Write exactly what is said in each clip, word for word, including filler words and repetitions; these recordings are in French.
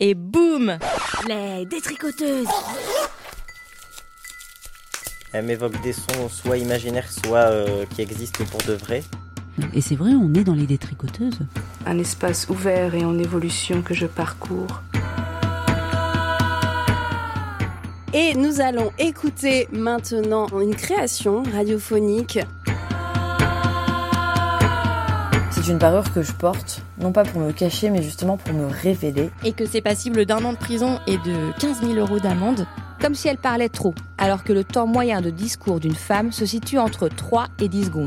et boum, les détricoteuses. Elle m'évoque des sons soit imaginaires, soit euh, qui existent pour de vrai. Et c'est vrai, on est dans les détricoteuses. Un espace ouvert et en évolution que je parcours. Et nous allons écouter maintenant une création radiophonique. C'est une parure que je porte, non pas pour me cacher, mais justement pour me révéler. Et que c'est passible d'un an de prison et de quinze mille euros d'amende. Comme si elle parlait trop, alors que le temps moyen de discours d'une femme se situe entre trois et dix secondes.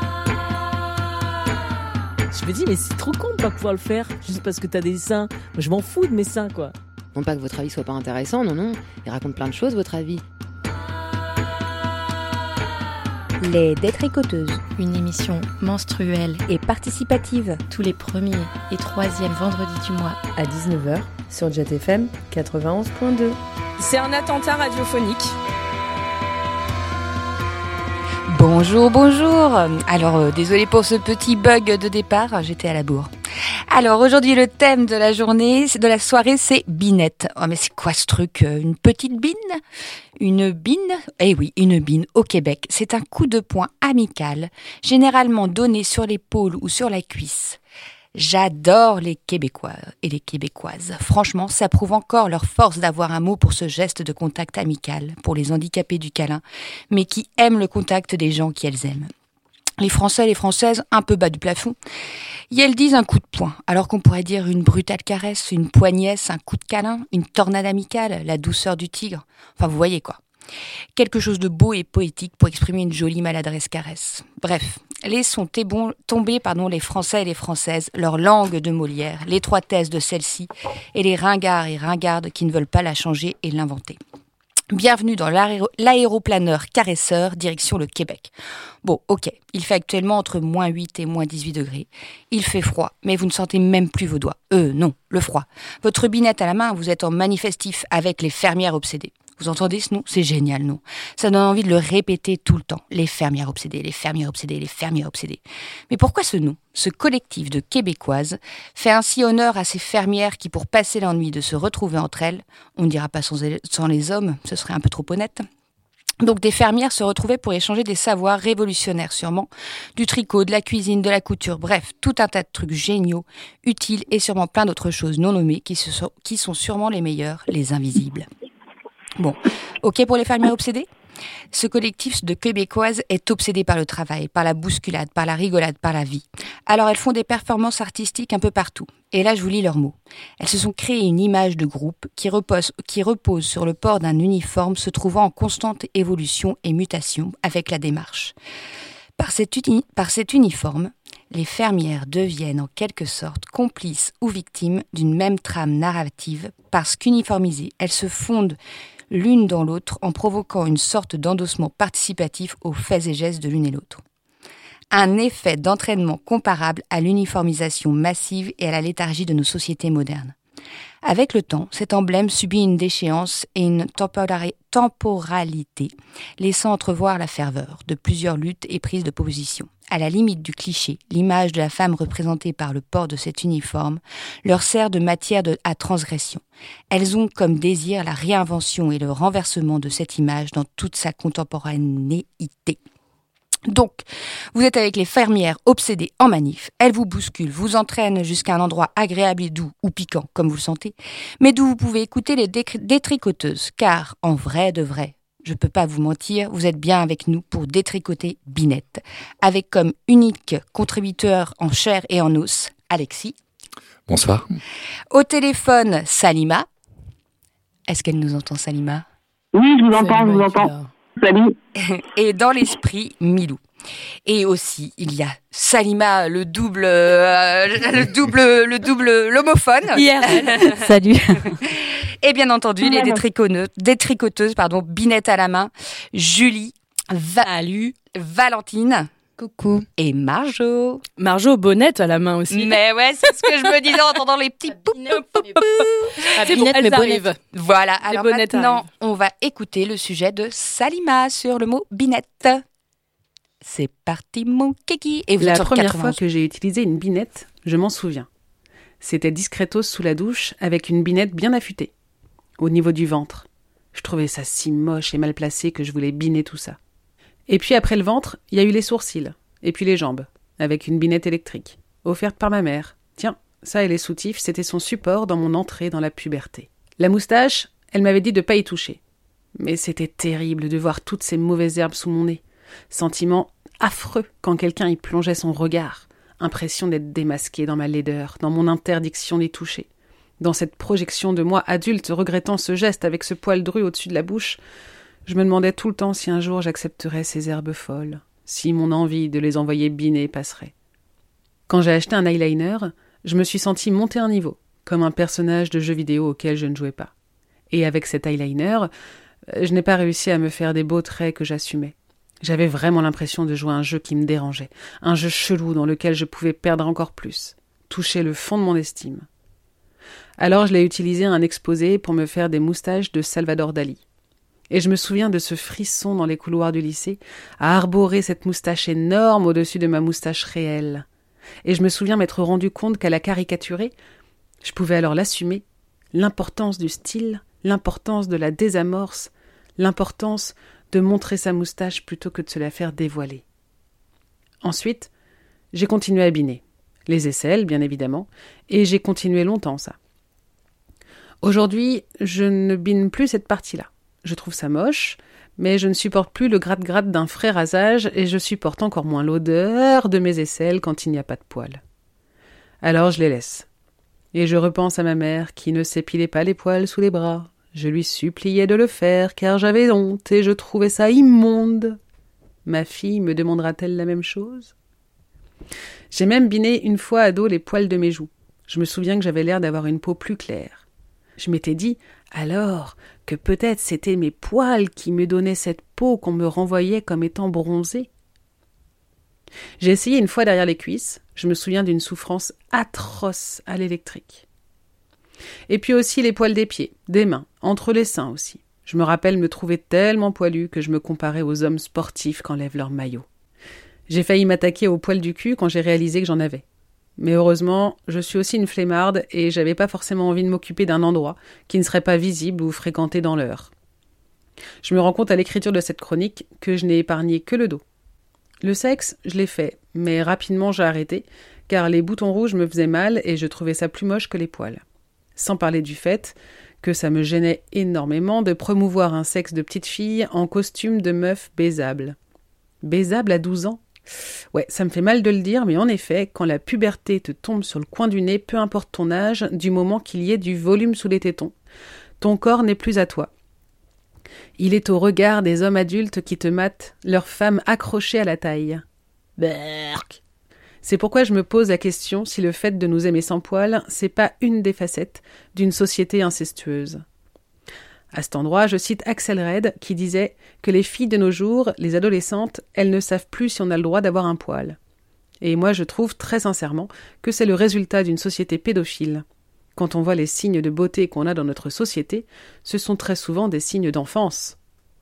Je me dis, mais c'est trop con de pas pouvoir le faire, juste parce que t'as des seins. Moi, je m'en fous de mes seins, quoi. Non pas que votre avis soit pas intéressant, non, non. Il raconte plein de choses, votre avis. Les Détricoteuses, une émission menstruelle et participative tous les premiers et troisièmes vendredis du mois À dix-neuf heures sur Jet F M quatre-vingt-onze point deux. C'est un attentat radiophonique. Bonjour, bonjour. Alors, euh, désolé pour ce petit bug de départ, j'étais à la bourre. Alors, aujourd'hui, le thème de la journée, de la soirée, c'est binette. Oh, mais c'est quoi ce truc? Une petite bine? Une bine? Eh oui, une bine au Québec. C'est un coup de poing amical, généralement donné sur l'épaule ou sur la cuisse. J'adore les Québécois et les Québécoises. Franchement, ça prouve encore leur force d'avoir un mot pour ce geste de contact amical, pour les handicapés du câlin, mais qui aiment le contact des gens qu'elles aiment. Les Français et les Françaises, un peu bas du plafond, et elles disent un coup de poing, alors qu'on pourrait dire une brutale caresse, une poignesse, un coup de câlin, une tornade amicale, la douceur du tigre. Enfin, vous voyez quoi. Quelque chose de beau et poétique pour exprimer une jolie maladresse caresse. Bref, laissons tomber pardon, les Français et les Françaises, leur langue de Molière, l'étroitesse de celle-ci et les ringards et ringardes qui ne veulent pas la changer et l'inventer. Bienvenue dans l'aéro- l'aéroplaneur caresseur, direction le Québec. Bon, ok, il fait actuellement entre moins huit et moins dix-huit degrés. Il fait froid, mais vous ne sentez même plus vos doigts. Euh, non, le froid. Votre binette à la main, vous êtes en manifestif avec les fermières obsédées. Vous entendez ce nom? C'est génial, non? Ça donne envie de le répéter tout le temps. Les fermières obsédées, les fermières obsédées, les fermières obsédées. Mais pourquoi ce nom? Ce collectif de Québécoises fait ainsi honneur à ces fermières qui, pour passer l'ennui de se retrouver entre elles, on ne dira pas sans, sans les hommes, ce serait un peu trop honnête. Donc des fermières se retrouvaient pour échanger des savoirs révolutionnaires sûrement, du tricot, de la cuisine, de la couture, bref, tout un tas de trucs géniaux, utiles et sûrement plein d'autres choses non nommées qui, se sont, qui sont sûrement les meilleures, les invisibles. Bon, ok pour les fermières obsédées? Ce collectif de Québécoises est obsédé par le travail, par la bousculade, par la rigolade, par la vie. Alors elles font des performances artistiques un peu partout. Et là, je vous lis leurs mots. Elles se sont créées une image de groupe qui repose, qui repose sur le port d'un uniforme se trouvant en constante évolution et mutation avec la démarche. Par cet, uni, par cet uniforme, les fermières deviennent en quelque sorte complices ou victimes d'une même trame narrative parce qu'uniformisées, elles se fondent l'une dans l'autre en provoquant une sorte d'endossement participatif aux faits et gestes de l'une et l'autre. Un effet d'entraînement comparable à l'uniformisation massive et à la léthargie de nos sociétés modernes. Avec le temps, cet emblème subit une déchéance et une temporari- temporalité, laissant entrevoir la ferveur de plusieurs luttes et prises de position. À la limite du cliché, l'image de la femme représentée par le port de cet uniforme leur sert de matière de, à transgression. Elles ont comme désir la réinvention et le renversement de cette image dans toute sa contemporanéité. Donc, vous êtes avec les fermières obsédées en manif, elles vous bousculent, vous entraînent jusqu'à un endroit agréable et doux ou piquant, comme vous le sentez, mais d'où vous pouvez écouter les décri- détricoteuses, car, en vrai de vrai, je peux pas vous mentir, vous êtes bien avec nous pour détricoter Binette, avec comme unique contributeur en chair et en os, Alexis. Bonsoir. Au téléphone, Salima. Est-ce qu'elle nous entend, Salima? Oui, je vous entends, je vous entends. Salut. Et dans l'esprit, Milou. Et aussi, il y a Salima, le double, euh, le double, le double, l'homophone. I R L. Salut. Et bien entendu, les détricoteuses, détricoteuses, pardon, Binette à la main, Julie, Va- Salut. Valentine. Coucou. Et Marjo. Marjo bonnette à la main aussi. Mais ouais, c'est ce que je me disais en entendant les petits pou pou pou pou. C'est bon, elles arrivent. Voilà, alors bonnettes maintenant, arrivent. on va écouter le sujet de Salima sur le mot binette. C'est parti mon kiki. Et vous La êtes sur première quatre-vingt-onze. fois que j'ai utilisé une binette, je m'en souviens. C'était discretos sous la douche, avec une binette bien affûtée, au niveau du ventre. Je trouvais ça si moche et mal placé que je voulais biner tout ça. Et puis après le ventre, il y a eu les sourcils, et puis les jambes, avec une binette électrique, offerte par ma mère. Tiens, ça et les soutifs, c'était son support dans mon entrée dans la puberté. La moustache, elle m'avait dit de pas y toucher. Mais c'était terrible de voir toutes ces mauvaises herbes sous mon nez. Sentiment affreux quand quelqu'un y plongeait son regard. Impression d'être démasqué dans ma laideur, dans mon interdiction d'y toucher. Dans cette projection de moi adulte regrettant ce geste avec ce poil dru au-dessus de la bouche, je me demandais tout le temps si un jour j'accepterais ces herbes folles, si mon envie de les envoyer biner passerait. Quand j'ai acheté un eyeliner, je me suis sentie monter un niveau, comme un personnage de jeu vidéo auquel je ne jouais pas. Et avec cet eyeliner, je n'ai pas réussi à me faire des beaux traits que j'assumais. J'avais vraiment l'impression de jouer à un jeu qui me dérangeait, un jeu chelou dans lequel je pouvais perdre encore plus, toucher le fond de mon estime. Alors je l'ai utilisé à un exposé pour me faire des moustaches de Salvador Dali. Et je me souviens de ce frisson dans les couloirs du lycée, à arborer cette moustache énorme au-dessus de ma moustache réelle. Et je me souviens m'être rendu compte qu'à la caricaturer, je pouvais alors l'assumer, l'importance du style, l'importance de la désamorce, l'importance de montrer sa moustache plutôt que de se la faire dévoiler. Ensuite, j'ai continué à biner. Les aisselles, bien évidemment, et j'ai continué longtemps ça. Aujourd'hui, je ne bine plus cette partie-là. Je trouve ça moche, mais je ne supporte plus le gratte-gratte d'un frais rasage et je supporte encore moins l'odeur de mes aisselles quand il n'y a pas de poils. Alors je les laisse. Et je repense à ma mère qui ne s'épilait pas les poils sous les bras. Je lui suppliais de le faire, car j'avais honte et je trouvais ça immonde. Ma fille me demandera-t-elle la même chose ? J'ai même biné une fois ado les poils de mes joues. Je me souviens que j'avais l'air d'avoir une peau plus claire. Je m'étais dit, alors, que peut-être c'était mes poils qui me donnaient cette peau qu'on me renvoyait comme étant bronzée. J'ai essayé une fois derrière les cuisses. Je me souviens d'une souffrance atroce à l'électrique. Et puis aussi les poils des pieds, des mains, entre les seins aussi. Je me rappelle me trouver tellement poilu que je me comparais aux hommes sportifs qu'enlèvent leur maillot. J'ai failli m'attaquer aux poils du cul quand j'ai réalisé que j'en avais. Mais heureusement, je suis aussi une flemmarde et j'avais pas forcément envie de m'occuper d'un endroit qui ne serait pas visible ou fréquenté dans l'heure. Je me rends compte à l'écriture de cette chronique que je n'ai épargné que le dos. Le sexe, je l'ai fait, mais rapidement j'ai arrêté, car les boutons rouges me faisaient mal et je trouvais ça plus moche que les poils. Sans parler du fait que ça me gênait énormément de promouvoir un sexe de petite fille en costume de meuf baisable. Baisable à douze ans ? Ouais, ça me fait mal de le dire, mais en effet, quand la puberté te tombe sur le coin du nez, peu importe ton âge, du moment qu'il y ait du volume sous les tétons, ton corps n'est plus à toi. Il est au regard des hommes adultes qui te matent, leurs femmes accrochées à la taille. Berk. C'est pourquoi je me pose la question si le fait de nous aimer sans poils, c'est pas une des facettes d'une société incestueuse. À cet endroit, je cite Axel Red qui disait que les filles de nos jours, les adolescentes, elles ne savent plus si on a le droit d'avoir un poil. Et moi, je trouve très sincèrement que c'est le résultat d'une société pédophile. Quand on voit les signes de beauté qu'on a dans notre société, ce sont très souvent des signes d'enfance.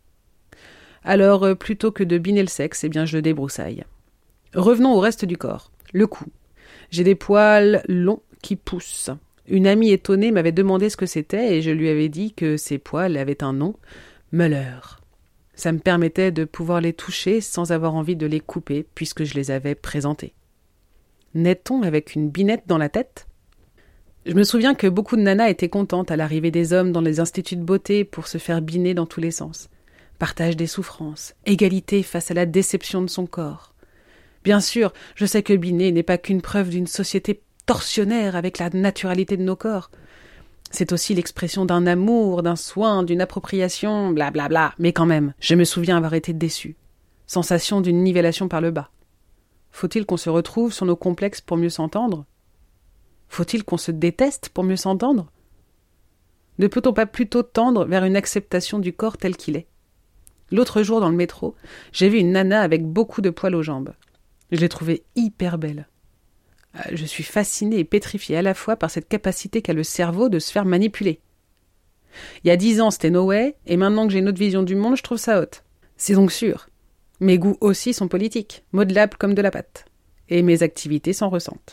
Alors, plutôt que de biner le sexe, eh bien, je le débroussaille. Revenons au reste du corps. Le cou. J'ai des poils longs qui poussent. Une amie étonnée m'avait demandé ce que c'était et je lui avais dit que ces poils avaient un nom, Muller. Ça me permettait de pouvoir les toucher sans avoir envie de les couper puisque je les avais présentés. Naît-on avec une binette dans la tête ? Je me souviens que beaucoup de nanas étaient contentes à l'arrivée des hommes dans les instituts de beauté pour se faire biner dans tous les sens. Partage des souffrances, égalité face à la déception de son corps. Bien sûr, je sais que biner n'est pas qu'une preuve d'une société torsionnaire avec la naturalité de nos corps. C'est aussi l'expression d'un amour, d'un soin, d'une appropriation, blablabla. Bla bla. Mais quand même, je me souviens avoir été déçue. Sensation d'une nivellation par le bas. Faut-il qu'on se retrouve sur nos complexes pour mieux s'entendre ? Faut-il qu'on se déteste pour mieux s'entendre ? Ne peut-on pas plutôt tendre vers une acceptation du corps tel qu'il est ? L'autre jour, dans le métro, j'ai vu une nana avec beaucoup de poils aux jambes. Je l'ai trouvée hyper belle. Je suis fascinée et pétrifiée à la fois par cette capacité qu'a le cerveau de se faire manipuler. Il y a dix ans, c'était no way, et maintenant que j'ai une autre vision du monde, je trouve ça hot. C'est donc sûr. Mes goûts aussi sont politiques, modelables comme de la pâte. Et mes activités s'en ressentent.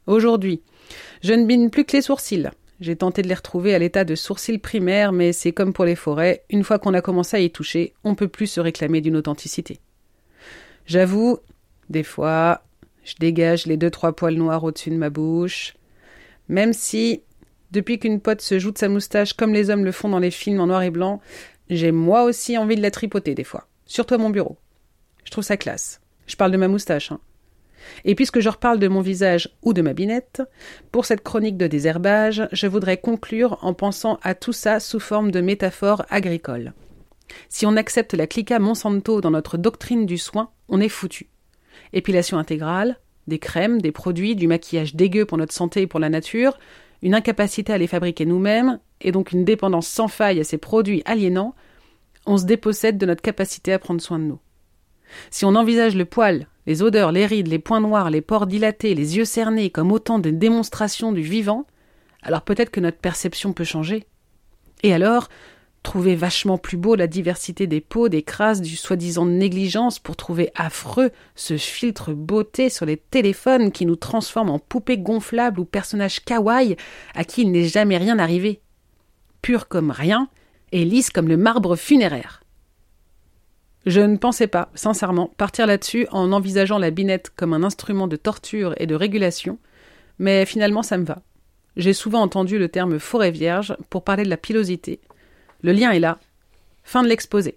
Aujourd'hui, je ne bine plus que les sourcils. J'ai tenté de les retrouver à l'état de sourcils primaires, mais c'est comme pour les forêts, une fois qu'on a commencé à y toucher, on ne peut plus se réclamer d'une authenticité. J'avoue, des fois, je dégage les deux trois poils noirs au-dessus de ma bouche, même si, depuis qu'une pote se joue de sa moustache comme les hommes le font dans les films en noir et blanc, j'ai moi aussi envie de la tripoter des fois, surtout à mon bureau. Je trouve ça classe. Je parle de ma moustache, hein. Et puisque je reparle de mon visage ou de ma binette, pour cette chronique de désherbage, je voudrais conclure en pensant à tout ça sous forme de métaphore agricole. Si on accepte la clica Monsanto dans notre doctrine du soin, on est foutu. Épilation intégrale, des crèmes, des produits, du maquillage dégueu pour notre santé et pour la nature, une incapacité à les fabriquer nous-mêmes, et donc une dépendance sans faille à ces produits aliénants, on se dépossède de notre capacité à prendre soin de nous. Si on envisage le poil, les odeurs, les rides, les points noirs, les pores dilatés, les yeux cernés comme autant de démonstrations du vivant, alors peut-être que notre perception peut changer. Et alors, trouver vachement plus beau la diversité des peaux, des crasses, du soi-disant négligence pour trouver affreux ce filtre beauté sur les téléphones qui nous transforme en poupées gonflables ou personnages kawaii à qui il n'est jamais rien arrivé. Pur comme rien et lisse comme le marbre funéraire. Je ne pensais pas, sincèrement, partir là-dessus en envisageant la binette comme un instrument de torture et de régulation, mais finalement ça me va. J'ai souvent entendu le terme forêt vierge pour parler de la pilosité. Le lien est là. Fin de l'exposé.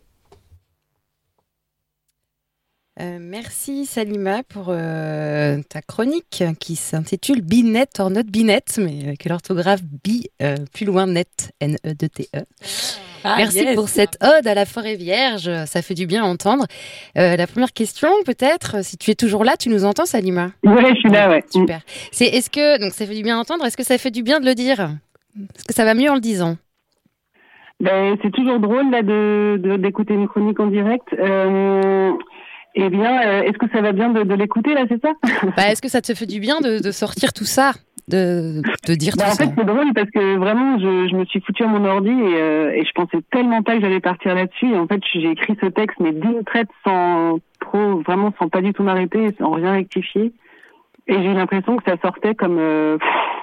Euh, merci Salima pour euh, ta chronique qui s'intitule Binette or not Binette, mais avec l'orthographe bi euh, plus loin net, N E D T E. Ah, merci yes. Pour cette ode à la forêt vierge, ça fait du bien à entendre. Euh, la première question, peut-être, si tu es toujours là, tu nous entends, Salima ? Oui, je suis là, ouais. Super. C'est, est-ce que, donc ça fait du bien à entendre, est-ce que ça fait du bien de le dire ? Est-ce que ça va mieux en le disant ? Ben, c'est toujours drôle là de, de d'écouter une chronique en direct. Euh, eh bien, euh, est-ce que ça va bien de, de l'écouter là, c'est ça ? Bah, est-ce que ça te fait du bien de, de sortir tout ça ? De, de dire bah, tout en ça. fait, c'est drôle parce que vraiment, je, je me suis foutue à mon ordi et, euh, et je pensais tellement pas que j'allais partir là-dessus. Et en fait, j'ai écrit ce texte, mais d'une traite, sans trop, vraiment, sans pas du tout m'arrêter, sans rien rectifier. Et j'ai eu l'impression que ça sortait comme, euh,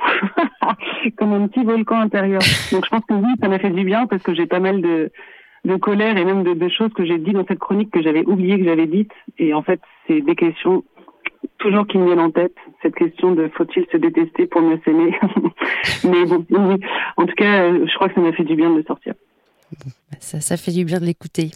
comme un petit volcan intérieur. Donc, je pense que oui, ça m'a fait du bien parce que j'ai pas mal de, de colère et même de, de choses que j'ai dit dans cette chronique que j'avais oublié que j'avais dites. Et en fait, c'est des questions toujours qui me viennent en tête, cette question de faut-il se détester pour mieux s'aimer. Mais bon, en tout cas, je crois que ça m'a fait du bien de le sortir. Ça, ça fait du bien de l'écouter.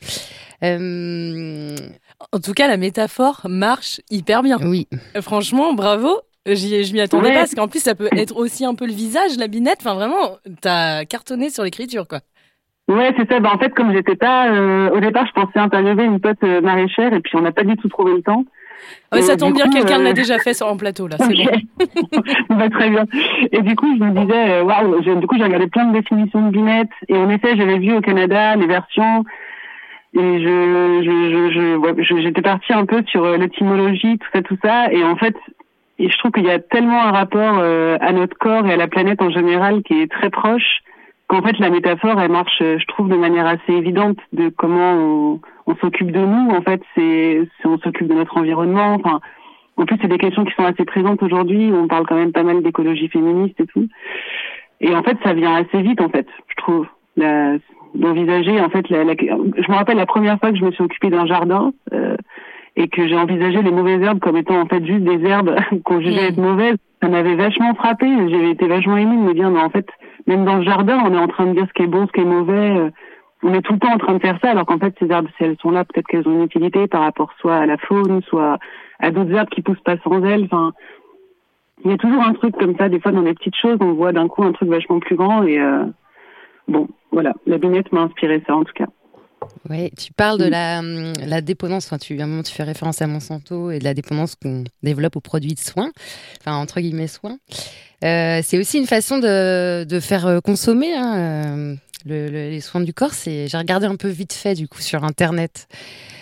Euh... En tout cas, la métaphore marche hyper bien. Oui. Franchement, bravo. J'y, je m'y attendais ouais. pas, parce qu'en plus, ça peut être aussi un peu le visage, la binette. Enfin, vraiment, t'as cartonné sur l'écriture, quoi. Ouais, c'est ça. Bah, en fait, comme j'étais pas... Euh, au départ, je pensais interviewer une pote euh, maraîchère, et puis on n'a pas du tout trouvé le temps. Ouais, ça tombe bien, coup, quelqu'un euh... l'a déjà fait sur en plateau, là, c'est okay. bon. Bah, très bien. Et du coup, je me disais, waouh, wow, du coup, j'ai regardé plein de définitions de binette, et en effet, j'avais vu au Canada les versions, et je, je, je, je, ouais, je j'étais partie un peu sur l'étymologie, tout ça, tout ça, et en fait, et je trouve qu'il y a tellement un rapport euh, à notre corps et à la planète en général qui est très proche, qu'en fait, la métaphore, elle marche, je trouve, de manière assez évidente de comment on, on s'occupe de nous. En fait, c'est, c'est on s'occupe de notre environnement. Enfin, en plus, c'est des questions qui sont assez présentes aujourd'hui. On parle quand même pas mal d'écologie féministe et tout. Et en fait, ça vient assez vite, en fait, je trouve, la, d'envisager, en fait, la, la, je me rappelle la première fois que je me suis occupée d'un jardin euh, et que j'ai envisagé les mauvaises herbes comme étant, en fait, juste des herbes qu'on jugeait être mauvaises. Ça m'avait vachement frappée. J'avais été vachement émue de me dire, mais en fait, même dans le jardin, on est en train de dire ce qui est bon, ce qui est mauvais. On est tout le temps en train de faire ça, alors qu'en fait, ces herbes, si elles sont là, peut-être qu'elles ont une utilité par rapport soit à la faune, soit à d'autres herbes qui poussent pas sans elles. Enfin, il y a toujours un truc comme ça. Des fois, dans les petites choses, on voit d'un coup un truc vachement plus grand. Et euh, bon, voilà, la binette m'a inspiré ça, en tout cas. Oui, tu parles de la, la dépendance, enfin, tu, à un moment tu fais référence à Monsanto et de la dépendance qu'on développe aux produits de soins, enfin entre guillemets soins. Euh, c'est aussi une façon de, de faire consommer hein, le, le, les soins du corps. C'est, j'ai regardé un peu vite fait du coup sur Internet.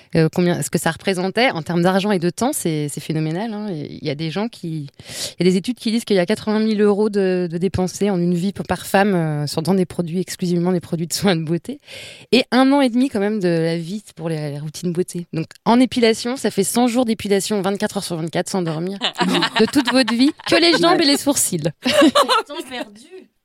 euh, combien, ce que ça représentait en termes d'argent et de temps, c'est, c'est phénoménal. Hein. Il y a des gens qui, il y a des études qui disent qu'il y a quatre-vingt mille euros de, de dépensés en une vie par femme euh, sur dans des produits exclusivement des produits de soins de beauté, et un an et demi quand même de la vie pour les, les routines beauté. Donc en épilation, ça fait cent jours d'épilation, vingt-quatre heures sur vingt-quatre sans dormir, de toute votre vie, que les jambes et les sourcils. Temps perdu.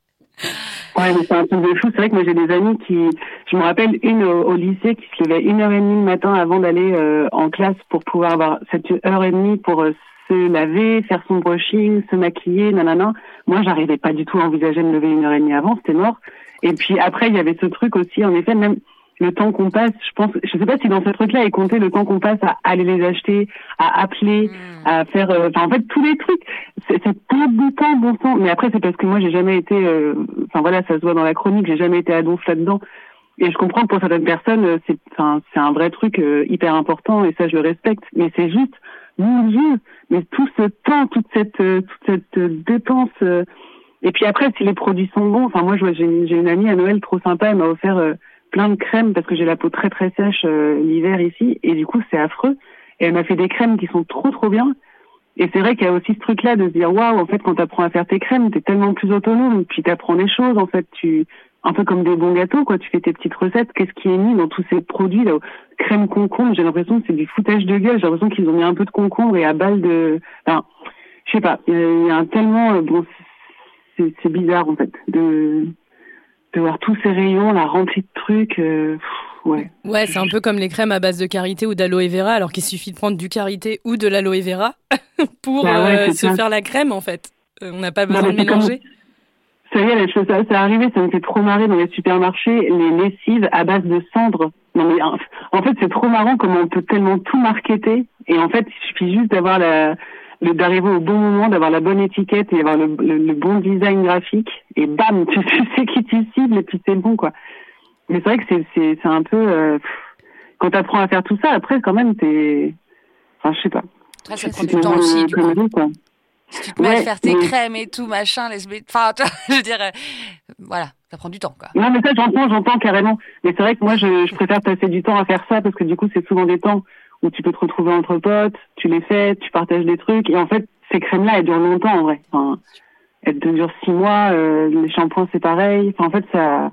Ouais, mais c'est un truc de fou. C'est vrai que moi j'ai des amis qui, je me rappelle une au, au lycée qui se levait une heure et demie le matin avant d'aller euh, en classe pour pouvoir avoir cette heure et demie pour euh, se laver, faire son brushing, se maquiller, nanana. Moi, j'arrivais pas du tout à envisager de me lever une heure et demie avant, c'était mort. Et puis après, il y avait ce truc aussi, en effet, même le temps qu'on passe, je pense, je sais pas si dans ce truc-là est compté le temps qu'on passe à aller les acheter, à appeler, mmh. à faire, euh, enfin en fait tous les trucs, c'est, c'est pas du temps, bon sang. Mais après c'est parce que moi j'ai jamais été, enfin euh, voilà, ça se voit dans la chronique, j'ai jamais été à donf là-dedans. Et je comprends que pour certaines personnes, c'est, enfin c'est un vrai truc euh, hyper important et ça je le respecte. Mais c'est juste, mon Dieu, mais tout ce temps, toute cette, euh, toute cette euh, dépense. Euh, et puis après si les produits sont bons, enfin moi je vois, j'ai, j'ai une amie à Noël trop sympa, elle m'a offert euh, plein de crèmes parce que j'ai la peau très très sèche euh, l'hiver ici et du coup c'est affreux et elle m'a fait des crèmes qui sont trop trop bien et c'est vrai qu'il y a aussi ce truc là de se dire waouh en fait quand t'apprends à faire tes crèmes t'es tellement plus autonome puis t'apprends des choses en fait tu un peu comme des bons gâteaux quoi tu fais tes petites recettes qu'est-ce qui est mis dans tous ces produits là crème concombre j'ai l'impression que c'est du foutage de gueule j'ai l'impression qu'ils ont mis un peu de concombre et à balle de enfin je sais pas il y, y a un tellement euh, bon c'est, c'est bizarre en fait de de voir tous ces rayons, la remplie de trucs, euh, pff, ouais. Ouais, c'est un peu comme les crèmes à base de karité ou d'aloe vera, alors qu'il suffit de prendre du karité ou de l'aloe vera pour bah ouais, euh, se ça. faire la crème, en fait. Euh, on n'a pas besoin bah, de mélanger. Comme... Ça y est, ça, ça, ça arrivé, ça me fait trop marrer dans les supermarchés, les lessives à base de cendres. Non mais en fait, c'est trop marrant comment on peut tellement tout marketer, et en fait, il suffit juste d'avoir la... d'arriver au bon moment, d'avoir la bonne étiquette et d'avoir le, le, le bon design graphique et bam, tu, tu sais qui tu cibles et puis c'est bon quoi. Mais c'est vrai que c'est c'est c'est un peu euh, quand t'apprends à faire tout ça après quand même t'es enfin je sais pas. Après ça prend du temps aussi du coup. Quoi. Si tu te mets ouais, à faire tes mais... crèmes et tout machin, les enfin je veux dire euh, voilà, ça prend du temps quoi. Non mais ça j'entends, j'entends carrément. Mais c'est vrai que moi je je préfère passer du temps à faire ça parce que du coup c'est souvent des temps où tu peux te retrouver entre potes, tu les fais, tu partages des trucs, et en fait, ces crèmes-là, elles durent longtemps, en vrai. Enfin, elles te durent six mois, euh, les shampoings, c'est pareil. Enfin, en fait, ça,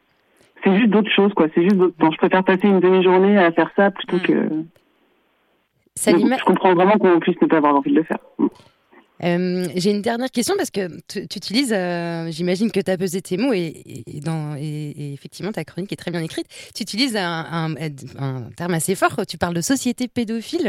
c'est juste d'autres choses, quoi. C'est juste d'autres temps. Je préfère passer une demi-journée à faire ça plutôt que... Salima... Je comprends vraiment qu'on puisse ne pas avoir envie de le faire. Euh, j'ai une dernière question parce que tu, tu utilises, euh, j'imagine que tu as pesé tes mots et, et, dans, et, et effectivement ta chronique est très bien écrite. Tu utilises un, un, un terme assez fort, tu parles de société pédophile.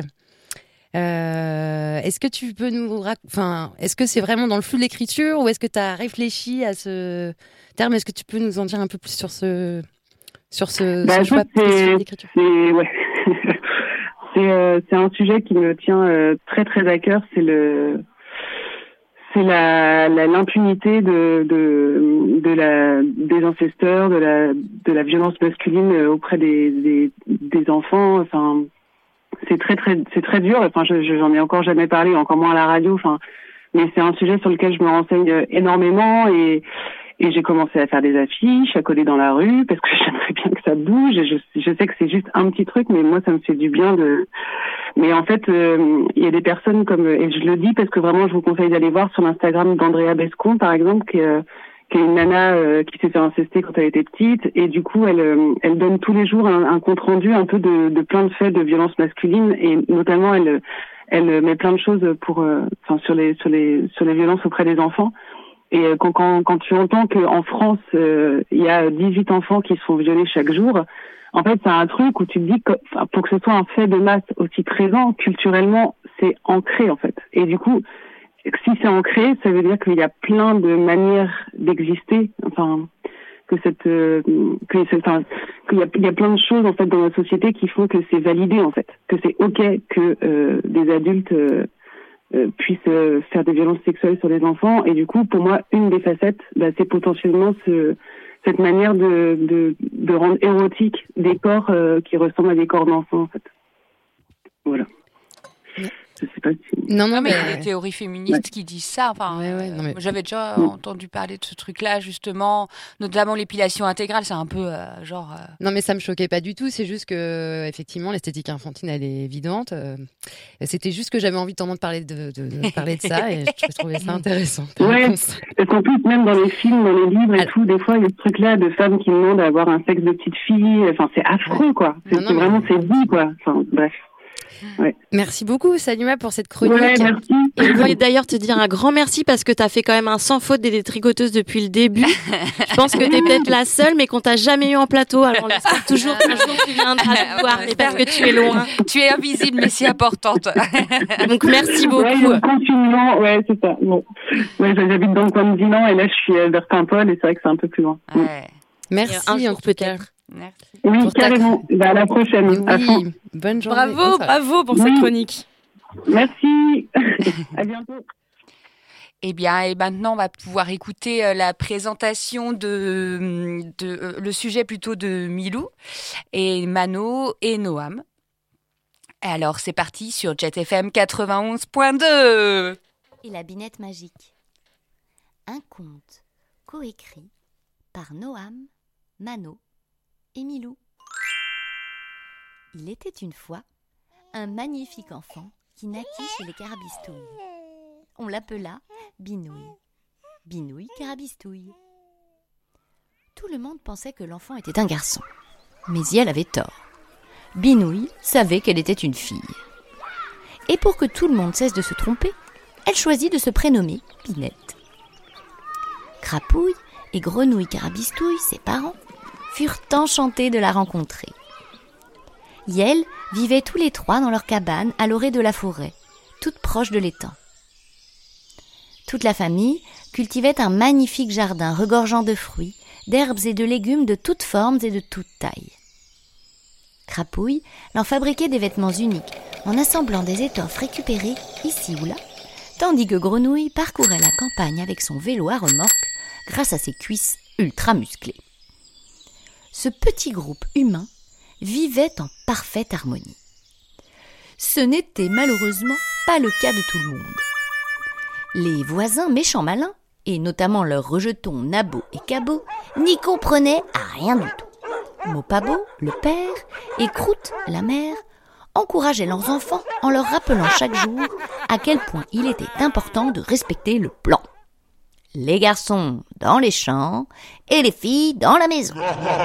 Euh, est-ce que tu peux nous rac... enfin, est-ce que c'est vraiment dans le flou de l'écriture ou est-ce que tu as réfléchi à ce terme? Est-ce que tu peux nous en dire un peu plus sur ce, sur ce, bah, ce choix c'est, d'écriture? C'est, ouais. c'est, euh, c'est un sujet qui me tient euh, très très à cœur. C'est le C'est la, la l'impunité de de de la des ancesteurs, de la de la violence masculine auprès des des, des enfants. Enfin, c'est très très c'est très dur. Enfin, je, je j'en ai encore jamais parlé, encore moins à la radio. Enfin, mais c'est un sujet sur lequel je me renseigne énormément et et j'ai commencé à faire des affiches, à coller dans la rue parce que j'aimerais bien que ça bouge. Et je je sais que c'est juste un petit truc, mais moi ça me fait du bien de. Mais en fait, il euh, y a des personnes comme, et je le dis parce que vraiment je vous conseille d'aller voir sur l'Instagram d'Andrea Bescon, par exemple, qui, euh, qui est une nana euh, qui s'est fait incester quand elle était petite, et du coup elle, euh, elle donne tous les jours un, un compte rendu un peu de, de plein de faits de violence masculine, et notamment elle, elle met plein de choses pour, euh, enfin sur les, sur les, sur les violences auprès des enfants. Et euh, quand, quand, quand tu entends qu'en France il euh, y a dix-huit enfants qui se font violer chaque jour. En fait, c'est un truc où tu te dis que pour que ce soit un fait de masse aussi présent, culturellement, c'est ancré, en fait. Et du coup, si c'est ancré, ça veut dire qu'il y a plein de manières d'exister. Enfin, que cette, euh, que c'est, enfin, qu'il y a, il y a plein de choses, en fait, dans la société qui font que c'est validé, en fait. Que c'est OK que euh, des adultes euh, euh, puissent euh, faire des violences sexuelles sur les enfants. Et du coup, pour moi, une des facettes, bah, c'est potentiellement ce... cette manière de, de, de rendre érotique des corps euh, qui ressemblent à des corps d'enfants, en fait. Voilà. Je sais pas si... Non, non, mais il y a des théories féministes ouais. qui disent ça. Enfin, ouais, ouais, non, mais... J'avais déjà ouais. entendu parler de ce truc-là, justement, notamment l'épilation intégrale. C'est un peu euh, genre. Euh... Non, mais ça me choquait pas du tout. C'est juste que, effectivement, l'esthétique infantile, elle est évidente. Euh, c'était juste que j'avais envie de t'entendre parler de, de, de parler de ça, et je trouvais ça intéressant. Ouais. Parce qu'en plus, même dans les films, dans les livres et Alors... tout, des fois, il y a ce truc-là de femmes qui demandent à avoir un sexe de petite fille. Enfin, c'est affreux, quoi. C'est, non, non, c'est mais... vraiment, c'est dit, quoi. Enfin, bref. Ouais. Merci beaucoup Salima pour cette chronique. Ouais, merci. Et je voulais d'ailleurs te dire un grand merci parce que tu as fait quand même un sans faute des détricoteuses depuis le début. Je pense que tu es peut-être la seule mais qu'on t'a jamais eu en plateau. Alors on espère toujours qu'un jour tu viendras nous voir, mais parce que tu es loin. Tu es invisible mais si importante. Donc merci beaucoup. Ouais, continuellement, ouais, c'est ça. Bon. Ouais, j'habite dans le coin de Dinan et là je suis vers Saint-Paul et c'est vrai que c'est un peu plus loin. Ouais. Merci un jour peut-être. Merci. Oui, pour carrément. Ta... Bah, à la prochaine. Oui, à bonne journée. Bravo, bravo pour oui. cette chronique. Merci. À bientôt. Eh bien, et maintenant, on va pouvoir écouter la présentation de, de le sujet plutôt de Milou et Mano et Noam. Alors, c'est parti sur Jet F M quatre-vingt-onze point deux. Et la binette magique. Un conte coécrit par Noam, Mano et Milou. Il était une fois un magnifique enfant qui naquit chez les carabistouilles. On l'appela Binouille. Binouille carabistouille. Tout le monde pensait que l'enfant était un garçon. Mais elle avait tort. Binouille savait qu'elle était une fille. Et pour que tout le monde cesse de se tromper, elle choisit de se prénommer Binette. Crapouille et Grenouille carabistouille, ses parents, furent enchantés de la rencontrer. Yel vivaient tous les trois dans leur cabane à l'orée de la forêt, toute proche de l'étang. Toute la famille cultivait un magnifique jardin regorgeant de fruits, d'herbes et de légumes de toutes formes et de toutes tailles. Crapouille leur fabriquait des vêtements uniques en assemblant des étoffes récupérées ici ou là, tandis que Grenouille parcourait la campagne avec son vélo à remorque grâce à ses cuisses ultra musclées. Ce petit groupe humain vivait en parfaite harmonie. Ce n'était malheureusement pas le cas de tout le monde. Les voisins méchants malins, et notamment leurs rejetons Nabo et Cabot, n'y comprenaient à rien du tout. Mopabo, le père, et Croûte, la mère, encourageaient leurs enfants en leur rappelant chaque jour à quel point il était important de respecter le plan. Les garçons dans les champs et les filles dans la maison.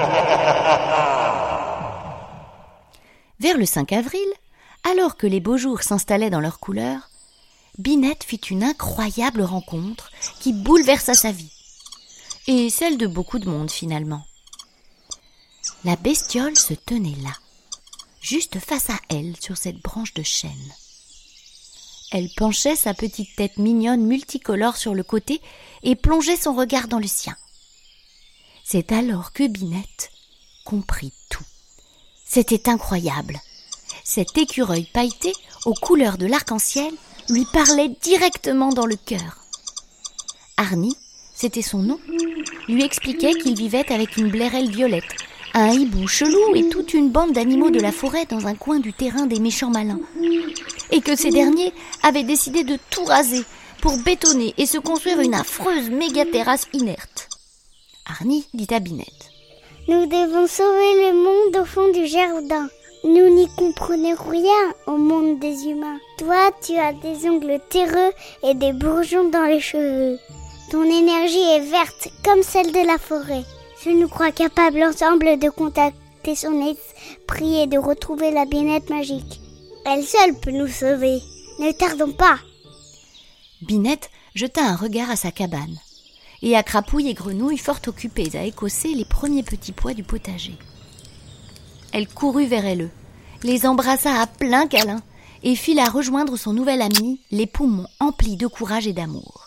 Vers le cinq avril, alors que les beaux jours s'installaient dans leurs couleurs, Binette fit une incroyable rencontre qui bouleversa sa vie. Et celle de beaucoup de monde finalement. La bestiole se tenait là, juste face à elle sur cette branche de chêne. Elle penchait sa petite tête mignonne multicolore sur le côté et plongeait son regard dans le sien. C'est alors que Binette comprit tout. C'était incroyable. Cet écureuil pailleté aux couleurs de l'arc-en-ciel lui parlait directement dans le cœur. Arnie, c'était son nom, lui expliquait qu'il vivait avec une blairelle violette, un hibou chelou et toute une bande d'animaux de la forêt dans un coin du terrain des méchants malins. Et que ces derniers avaient décidé de tout raser pour bétonner et se construire une affreuse méga-terrasse inerte. Arnie dit à Binette. Nous devons sauver le monde au fond du jardin. Nous n'y comprenons rien au monde des humains. Toi, tu as des ongles terreux et des bourgeons dans les cheveux. Ton énergie est verte comme celle de la forêt. Je nous crois capables ensemble de contacter son esprit et de retrouver la binette magique. Elle seule peut nous sauver. Ne tardons pas. Binette jeta un regard à sa cabane et à Crapouille et Grenouille fort occupées à écosser les premiers petits pois du potager. Elle courut vers eux, les embrassa à plein câlin et fit la rejoindre son nouvel ami, les poumons emplis de courage et d'amour.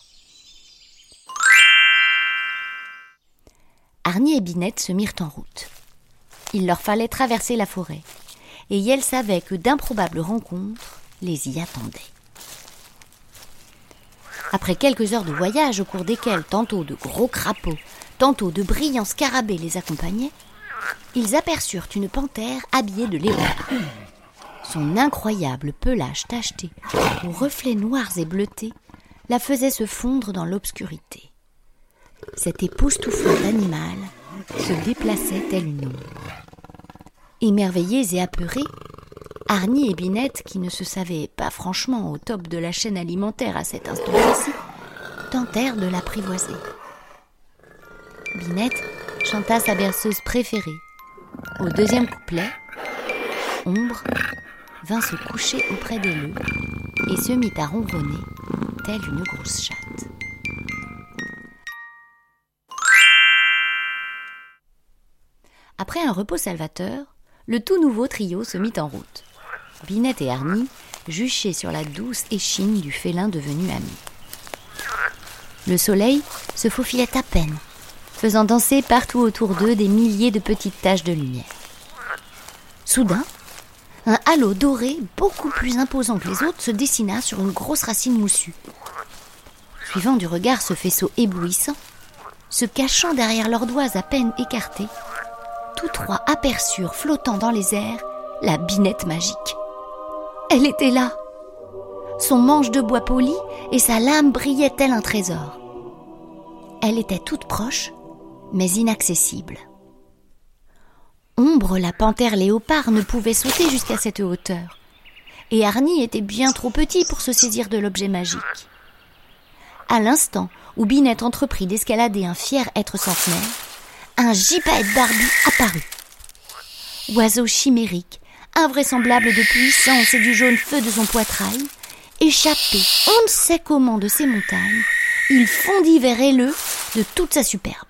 Arnie et Binette se mirent en route. Il leur fallait traverser la forêt, et elles savaient que d'improbables rencontres les y attendaient. Après quelques heures de voyage au cours desquelles tantôt de gros crapauds, tantôt de brillants scarabées les accompagnaient, ils aperçurent une panthère habillée de léopard. Son incroyable pelage tacheté, aux reflets noirs et bleutés, la faisait se fondre dans l'obscurité. Cet époustouflant animal se déplaçait tel une ombre. Émerveillés et apeurés, Arnie et Binette, qui ne se savaient pas franchement au top de la chaîne alimentaire à cet instant précis, tentèrent de l'apprivoiser. Binette chanta sa berceuse préférée. Au deuxième couplet, Ombre vint se coucher auprès d'Elleux et se mit à ronronner, telle une grosse chatte. Après un repos salvateur, le tout nouveau trio se mit en route. Binette et Arnie juchaient sur la douce échine du félin devenu ami. Le soleil se faufilait à peine, faisant danser partout autour d'eux des milliers de petites taches de lumière. Soudain, un halo doré beaucoup plus imposant que les autres se dessina sur une grosse racine moussue. Suivant du regard ce faisceau éblouissant, se cachant derrière leurs doigts à peine écartés, tous trois aperçurent flottant dans les airs la binette magique. Elle était là. Son manche de bois poli et sa lame brillaient tel un trésor. Elle était toute proche, mais inaccessible. Ombre, la panthère léopard, ne pouvait sauter jusqu'à cette hauteur, et Arnie était bien trop petit pour se saisir de l'objet magique. À l'instant où Binette entreprit d'escalader un fier être centenaire, un gypaète barbu apparut. Oiseau chimérique, invraisemblable de puissance et du jaune feu de son poitrail, échappé on ne sait comment de ces montagnes, il fondit vers Elleux de toute sa superbe.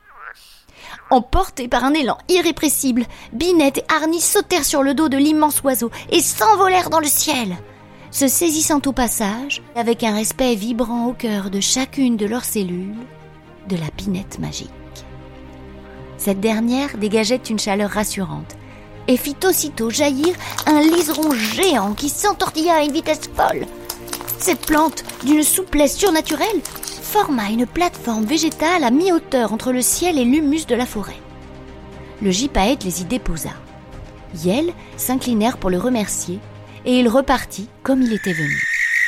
Emportés par un élan irrépressible, Binette et Arnie sautèrent sur le dos de l'immense oiseau et s'envolèrent dans le ciel, se saisissant au passage, avec un respect vibrant au cœur de chacune de leurs cellules, de la binette magique. Cette dernière dégageait une chaleur rassurante et fit aussitôt jaillir un liseron géant qui s'entortilla à une vitesse folle. Cette plante, d'une souplesse surnaturelle, forma une plateforme végétale à mi-hauteur entre le ciel et l'humus de la forêt. Le gypaète les y déposa. Yel s'inclinèrent pour le remercier et il repartit comme il était venu.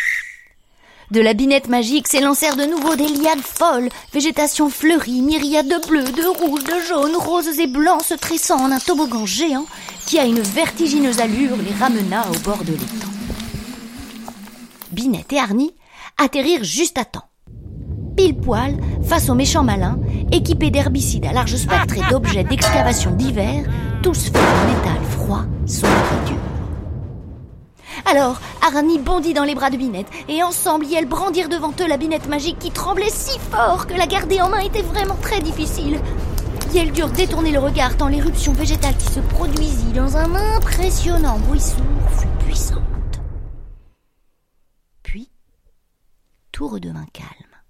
De la binette magique s'élancèrent de nouveau des lianes folles, végétation fleurie, myriades de bleus, de rouges, de jaunes, roses et blancs se tressant en un toboggan géant qui, à une vertigineuse allure, les ramena au bord de l'étang. Binette et Arnie atterrirent juste à temps. Pile poil, face aux méchants malins, équipés d'herbicides à large spectre et d'objets d'excavation divers, tous faits en métal froid, sombre et dur. Alors, Arnie bondit dans les bras de Binette, et ensemble, ils brandirent devant eux la binette magique qui tremblait si fort que la garder en main était vraiment très difficile. Ils durent détourner le regard tant l'éruption végétale qui se produisit dans un impressionnant bruit sourd fut puissante. Puis, tout redevint calme.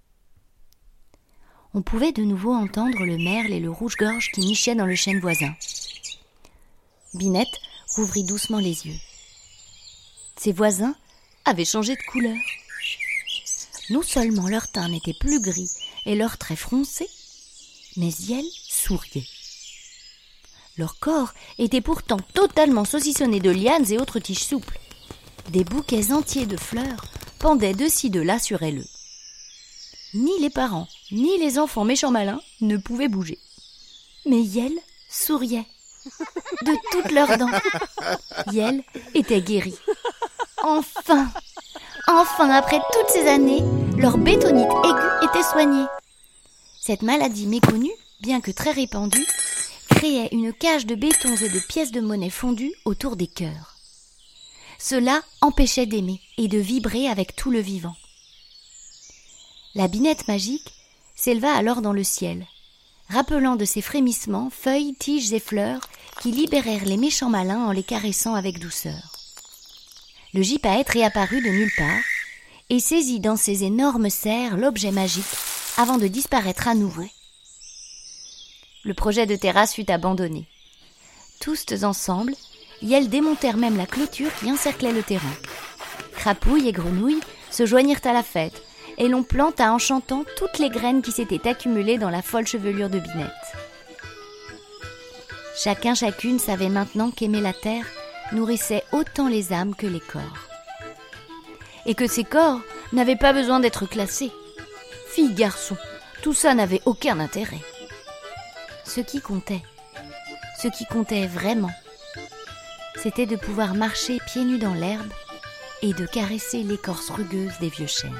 On pouvait de nouveau entendre le merle et le rouge-gorge qui nichaient dans le chêne voisin. Binette rouvrit doucement les yeux. Ses voisins avaient changé de couleur. Non seulement leur teint n'était plus gris et leurs traits froncés, mais ils souriaient. Leur corps était pourtant totalement saucissonné de lianes et autres tiges souples. Des bouquets entiers de fleurs pendaient de ci de là sur elles. Ni les parents, ni les enfants méchants malins ne pouvaient bouger. Mais Yel souriait de toutes leurs dents. Yel était guérie. Enfin, enfin, après toutes ces années, leur bétonite aiguë était soignée. Cette maladie méconnue, bien que très répandue, créait une cage de bétons et de pièces de monnaie fondues autour des cœurs. Cela empêchait d'aimer et de vibrer avec tout le vivant. La binette magique s'éleva alors dans le ciel, rappelant de ses frémissements feuilles, tiges et fleurs qui libérèrent les méchants malins en les caressant avec douceur. Le gypaète réapparut de nulle part et saisit dans ses énormes serres l'objet magique avant de disparaître à nouveau. Le projet de terrasse fut abandonné. Tous ensemble, ils démontèrent même la clôture qui encerclait le terrain. Crapouille et Grenouille se joignirent à la fête et l'on planta en chantant toutes les graines qui s'étaient accumulées dans la folle chevelure de Binette. Chacun chacune savait maintenant qu'aimer la terre nourrissait autant les âmes que les corps. Et que ces corps n'avaient pas besoin d'être classés. Filles, garçons, tout ça n'avait aucun intérêt. Ce qui comptait, ce qui comptait vraiment, c'était de pouvoir marcher pieds nus dans l'herbe et de caresser l'écorce rugueuse des vieux chênes.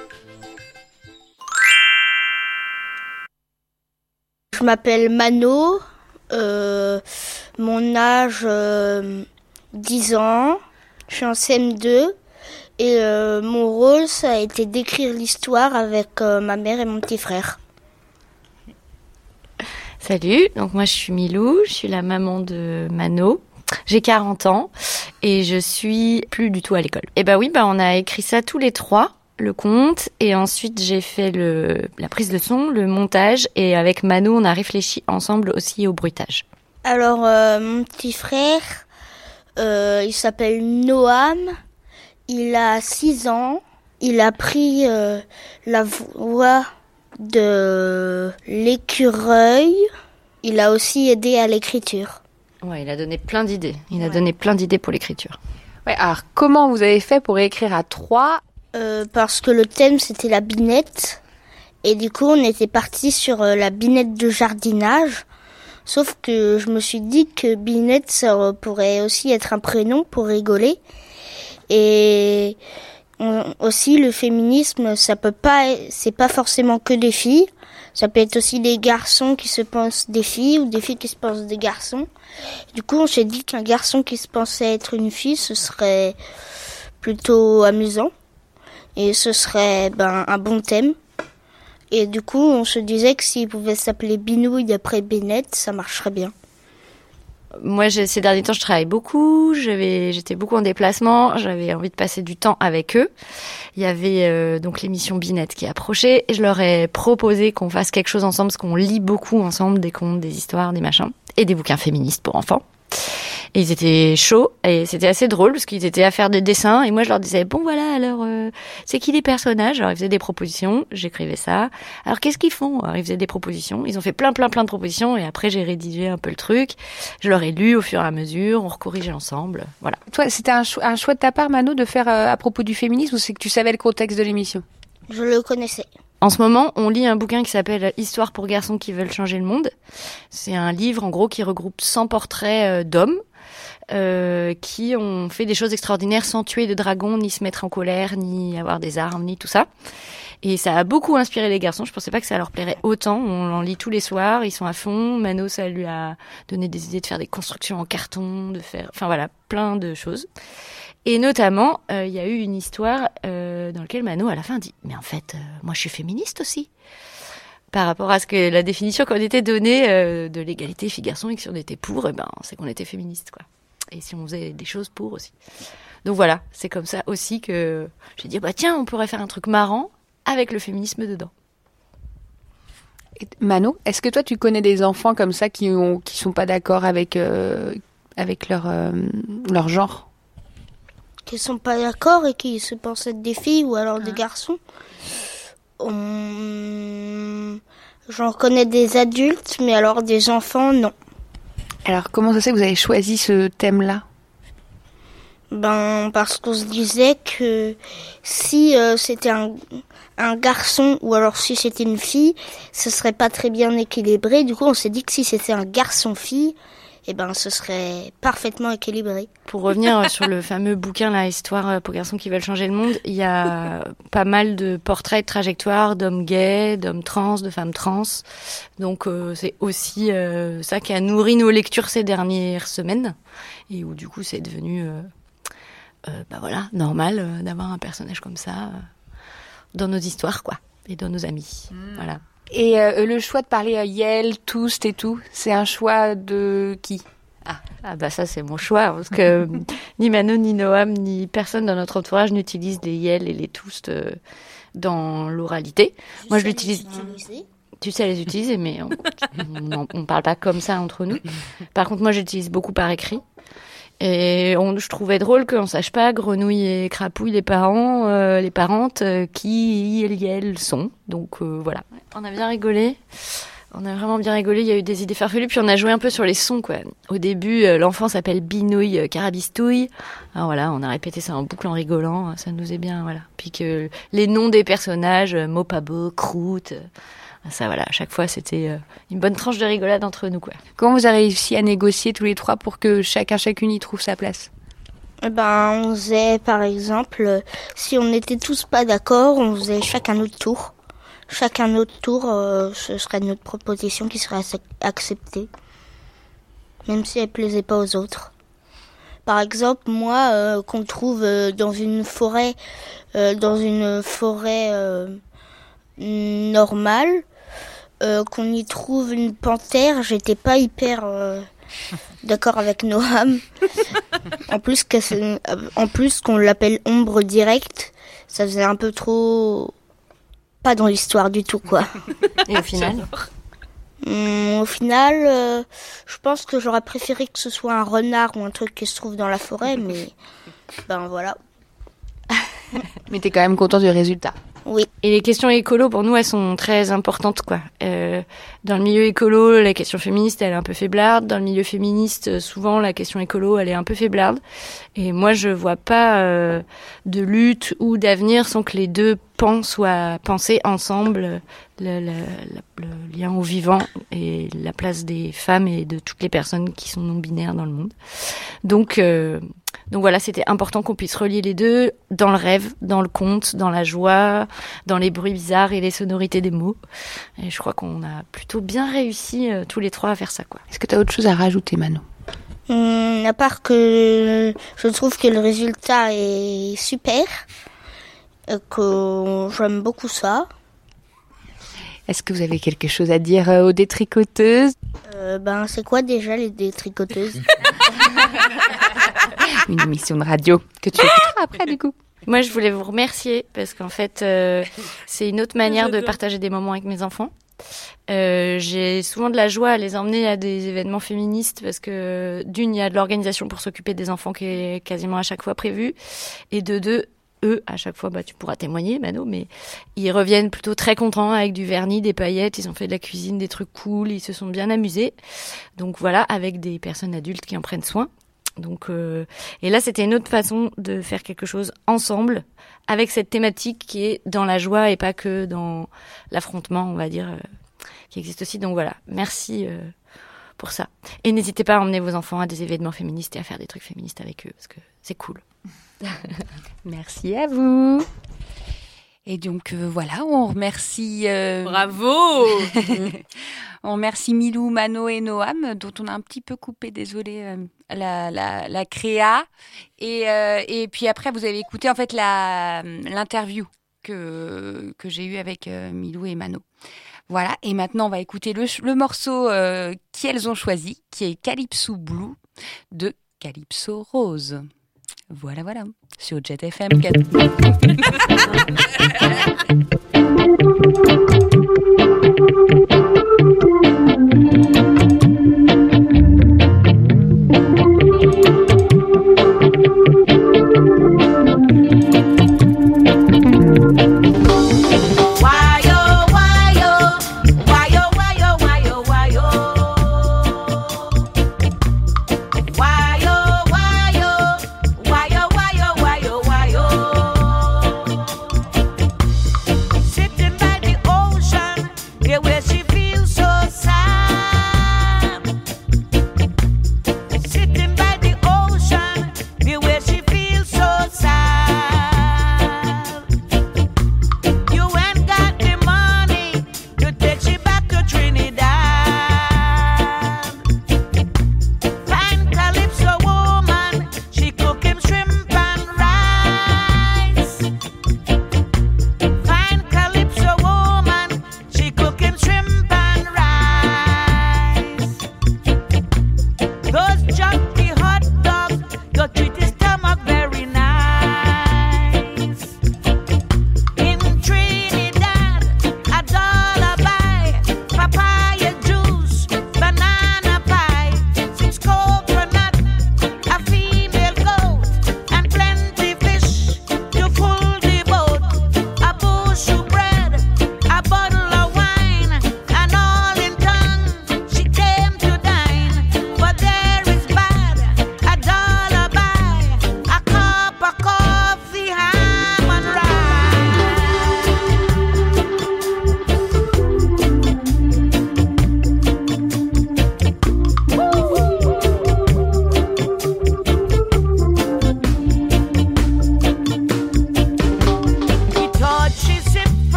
Je m'appelle Mano, euh, mon âge euh, dix ans, je suis en C M deux et euh, mon rôle ça a été d'écrire l'histoire avec euh, ma mère et mon petit frère. Salut, donc moi je suis Milou, je suis la maman de Mano. J'ai quarante ans et je suis plus du tout à l'école. Et bah oui, bah on a écrit ça tous les trois, le conte, et ensuite j'ai fait le, la prise de son, le montage, et avec Mano on a réfléchi ensemble aussi au bruitage. Alors euh, mon petit frère, euh, il s'appelle Noam, il a six ans, il a pris euh, la voix de l'écureuil, il a aussi aidé à l'écriture. Ouais, il a donné plein d'idées. Il a ouais. donné plein d'idées pour l'écriture. Ouais, alors comment vous avez fait pour écrire à trois ? euh, Parce que le thème c'était la binette. Et du coup on était parti sur euh, la binette de jardinage. Sauf que je me suis dit que binette ça pourrait aussi être un prénom pour rigoler. Et on, aussi le féminisme ça peut pas, c'est pas forcément que des filles. Ça peut être aussi des garçons qui se pensent des filles ou des filles qui se pensent des garçons. Du coup, on s'est dit qu'un garçon qui se pensait être une fille, ce serait plutôt amusant. Et ce serait ben, un bon thème. Et du coup, on se disait que s'il pouvait s'appeler Binouille après Binette, ça marcherait bien. Moi, je, ces derniers temps, je travaille beaucoup. J'avais, j'étais beaucoup en déplacement. J'avais envie de passer du temps avec eux. Il y avait euh, donc l'émission Binette qui approchait. Et je leur ai proposé qu'on fasse quelque chose ensemble, parce qu'on lit beaucoup ensemble, des contes, des histoires, des machins, et des bouquins féministes pour enfants. Et ils étaient chauds, et c'était assez drôle, parce qu'ils étaient à faire des dessins, et moi je leur disais, bon voilà, alors, euh, c'est qui les personnages ? Alors ils faisaient des propositions, j'écrivais ça. Alors qu'est-ce qu'ils font ? Alors ils faisaient des propositions, ils ont fait plein plein plein de propositions, et après j'ai rédigé un peu le truc, je leur ai lu au fur et à mesure, on recorrigeait ensemble, voilà. Toi, c'était un, cho- un choix de ta part, Mano, de faire euh, à propos du féminisme, ou c'est que tu savais le contexte de l'émission ? Je le connaissais. En ce moment, on lit un bouquin qui s'appelle « Histoire pour garçons qui veulent changer le monde ». C'est un livre, en gros, qui regroupe cent portraits d'hommes euh, qui ont fait des choses extraordinaires sans tuer de dragons, ni se mettre en colère, ni avoir des armes, ni tout ça. Et ça a beaucoup inspiré les garçons. Je pensais pas que ça leur plairait autant. On en lit tous les soirs, ils sont à fond. Mano, ça lui a donné des idées de faire des constructions en carton, de faire... Enfin voilà, plein de choses. Et notamment, il euh, y a eu une histoire euh, dans laquelle Mano, à la fin, dit « Mais en fait, euh, moi, je suis féministe aussi ». Par rapport à ce que la définition qu'on était donnée euh, de l'égalité filles-garçons, et que si on était pour, eh ben, c'est qu'on était féministe, quoi. Et si on faisait des choses pour aussi. Donc voilà, c'est comme ça aussi que j'ai dit « Bah tiens, on pourrait faire un truc marrant avec le féminisme dedans ». Mano, est-ce que toi, tu connais des enfants comme ça qui ont qui sont pas d'accord avec, euh, avec leur, euh, leur genre ? Qui sont pas d'accord et qui se pensent être des filles ou alors des garçons. On... J'en connais des adultes, mais alors des enfants, non. Alors comment ça se fait que vous avez choisi ce thème-là ? Ben parce qu'on se disait que si euh, c'était un, un garçon ou alors si c'était une fille, ce serait pas très bien équilibré. Du coup, on s'est dit que si c'était un garçon-fille, eh ben, ce serait parfaitement équilibré. Pour revenir sur le fameux bouquin, la Histoire pour garçons qui veulent changer le monde, il y a pas mal de portraits de trajectoires d'hommes gays, d'hommes trans, de femmes trans. Donc euh, c'est aussi euh, ça qui a nourri nos lectures ces dernières semaines, et où du coup c'est devenu euh, euh, bah voilà, normal euh, d'avoir un personnage comme ça euh, dans nos histoires, quoi, et dans nos amis. Mmh. Voilà. Et euh, le choix de parler à Yel, Toust et tout, c'est un choix de qui ? Ah, ah bah ça c'est mon choix, parce que ni Mano, ni Noam, ni personne dans notre entourage n'utilise les Yel et les Toust euh, dans l'oralité. Tu Moi je l'utilise. Tu sais les utiliser, mais on ne parle pas comme ça entre nous. Par contre, moi j'utilise beaucoup par écrit. Et on, je trouvais drôle qu'on sache pas, Grenouille et Crapouille, les parents, euh, les parentes, euh, qui elles sont. Donc euh, voilà. On a bien rigolé. on a vraiment bien rigolé, il y a eu des idées farfelues, puis on a joué un peu sur les sons, quoi. Au début, euh, l'enfant s'appelle Binouille euh, Carabistouille. Alors voilà, on a répété ça en boucle en rigolant, ça nous est bien, voilà. Puis que les noms des personnages, euh, Mopabo, Croûte, euh, ça voilà, à chaque fois c'était euh, une bonne tranche de rigolade entre nous, quoi. Comment vous avez réussi à négocier tous les trois pour que chacun, chacune y trouve sa place ? Eh ben, on faisait, par exemple, euh, si on n'était tous pas d'accord, on faisait chacun notre tour. Chacun notre tour, euh, ce serait notre proposition qui serait acceptée, même si elle plaisait pas aux autres. Par exemple, moi, euh, qu'on trouve euh, dans une forêt, euh, dans une forêt euh, normale, euh, qu'on y trouve une panthère, j'étais pas hyper euh, d'accord avec Noam. En plus, en plus qu'on l'appelle ombre directe, ça faisait un peu trop pas dans l'histoire du tout, quoi. Et au final hum, Au final, euh, je pense que j'aurais préféré que ce soit un renard ou un truc qui se trouve dans la forêt, mais ben voilà. Mais t'es quand même content du résultat. Oui. Et les questions écolo, pour nous, elles sont très importantes, quoi. Euh, dans le milieu écolo, la question féministe, elle est un peu faiblarde. Dans le milieu féministe, souvent, la question écolo, elle est un peu faiblarde. Et moi, je vois pas euh, de lutte ou d'avenir sans que les deux pans soient pensés ensemble. Le, le, le, le lien au vivant et la place des femmes et de toutes les personnes qui sont non-binaires dans le monde. Donc... Euh, Donc voilà, c'était important qu'on puisse relier les deux dans le rêve, dans le conte, dans la joie, dans les bruits bizarres et les sonorités des mots. Et je crois qu'on a plutôt bien réussi euh, tous les trois à faire ça, quoi. Est-ce que tu as autre chose à rajouter, Mano ? Hum, à part que je trouve que le résultat est super, que j'aime beaucoup ça. Est-ce que vous avez quelque chose à dire aux détricoteuses ? euh, Ben, c'est quoi déjà les détricoteuses ? Une émission de radio que tu écouteras après, du coup. Moi, je voulais vous remercier parce qu'en fait, euh, c'est une autre manière de partager des moments avec mes enfants. Euh, j'ai souvent de la joie à les emmener à des événements féministes parce que d'une, il y a de l'organisation pour s'occuper des enfants qui est quasiment à chaque fois prévue, et de deux, eux, à chaque fois, bah, tu pourras témoigner, Mano, mais ils reviennent plutôt très contents avec du vernis, des paillettes, ils ont fait de la cuisine, des trucs cool, ils se sont bien amusés. Donc voilà, avec des personnes adultes qui en prennent soin. Donc, euh, et là, c'était une autre façon de faire quelque chose ensemble, avec cette thématique qui est dans la joie et pas que dans l'affrontement, on va dire, euh, qui existe aussi. Donc voilà, merci euh, pour ça. Et n'hésitez pas à emmener vos enfants à des événements féministes et à faire des trucs féministes avec eux, parce que c'est cool. Merci à vous. Et donc euh, voilà, on remercie... Euh... Bravo. On remercie Milou, Mano et Noam, dont on a un petit peu coupé, désolé, euh, la, la, la créa. Et, euh, et puis après, vous avez écouté en fait la, l'interview que, que j'ai eue avec euh, Milou et Mano. Voilà, et maintenant on va écouter le, le morceau euh, qu'elles ont choisi, qui est Calypso Blue de Calypso Rose. Voilà, voilà, sur Jet F M quatre.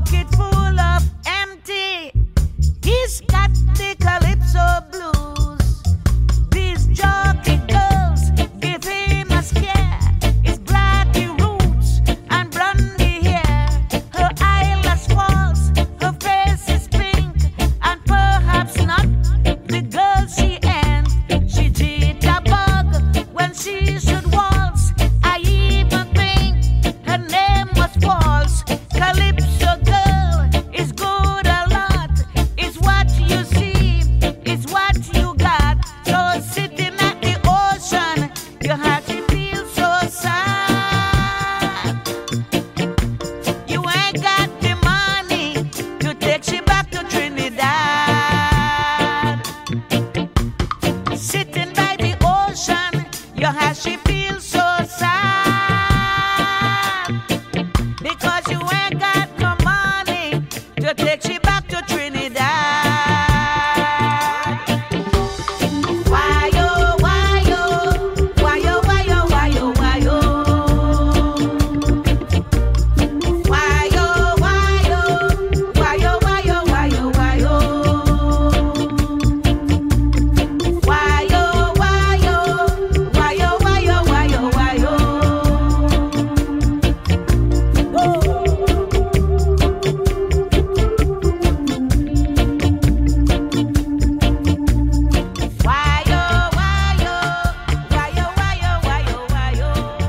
pocket full of empty. He's got the calypso blues. These jockey girls give him a scare. His bloody roots and blondie hair. Her eyelash falls, her face is pink, and perhaps not the girl she ain't. She jitterbug when she should waltz. I even think her name was false. Calypso girl is good a lot. It's what you see, it's what you got. So sitting at the ocean, your heart it feels so sad. You ain't got the money to take she back to Trinidad. Sitting by the ocean, your heart she feels so sad. Because you ain't got no money to take she back to Trinidad. Why yo, why yo, why yo, why yo, why yo, why yo. Why yo, why yo, why yo, why yo, why yo, why yo. Why yo, why yo, why yo, why yo, why yo, why yo. Why yo, why yo, why yo, why yo, why yo, why yo.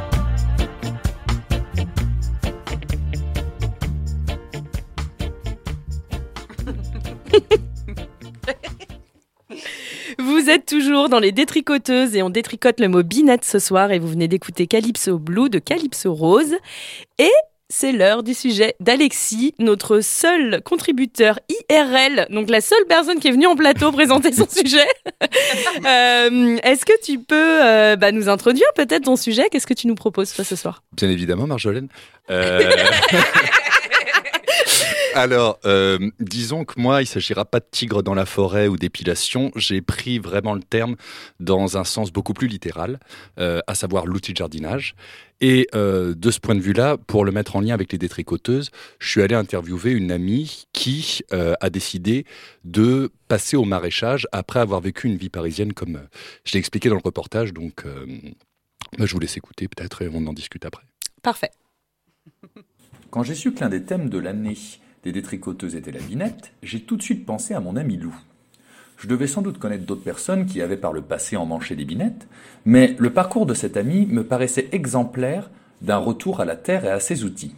Vous êtes toujours dans les détricoteuses et on détricote le mot binette ce soir et vous venez d'écouter Calypso Blue de Calypso Rose. Et c'est l'heure du sujet d'Alexis, notre seul contributeur I R L, donc la seule personne qui est venue en plateau présenter son sujet. Euh, est-ce que tu peux euh, bah, nous introduire peut-être ton sujet ? Qu'est-ce que tu nous proposes toi ce soir ? Bien évidemment, Marjolaine. Euh... Alors, euh, disons que moi, il ne s'agira pas de tigre dans la forêt ou d'épilation. J'ai pris vraiment le terme dans un sens beaucoup plus littéral, euh, à savoir l'outil de jardinage. Et euh, de ce point de vue-là, pour le mettre en lien avec les détricoteuses, je suis allé interviewer une amie qui euh, a décidé de passer au maraîchage après avoir vécu une vie parisienne comme euh, je l'ai expliqué dans le reportage. Donc, euh, bah, je vous laisse écouter peut-être et on en discute après. Parfait. Quand j'ai su que l'un des thèmes de l'année des détricoteuses était la binette, j'ai tout de suite pensé à mon ami Lou. Je devais sans doute connaître d'autres personnes qui avaient par le passé emmanché des binettes, mais le parcours de cette amie me paraissait exemplaire d'un retour à la terre et à ses outils.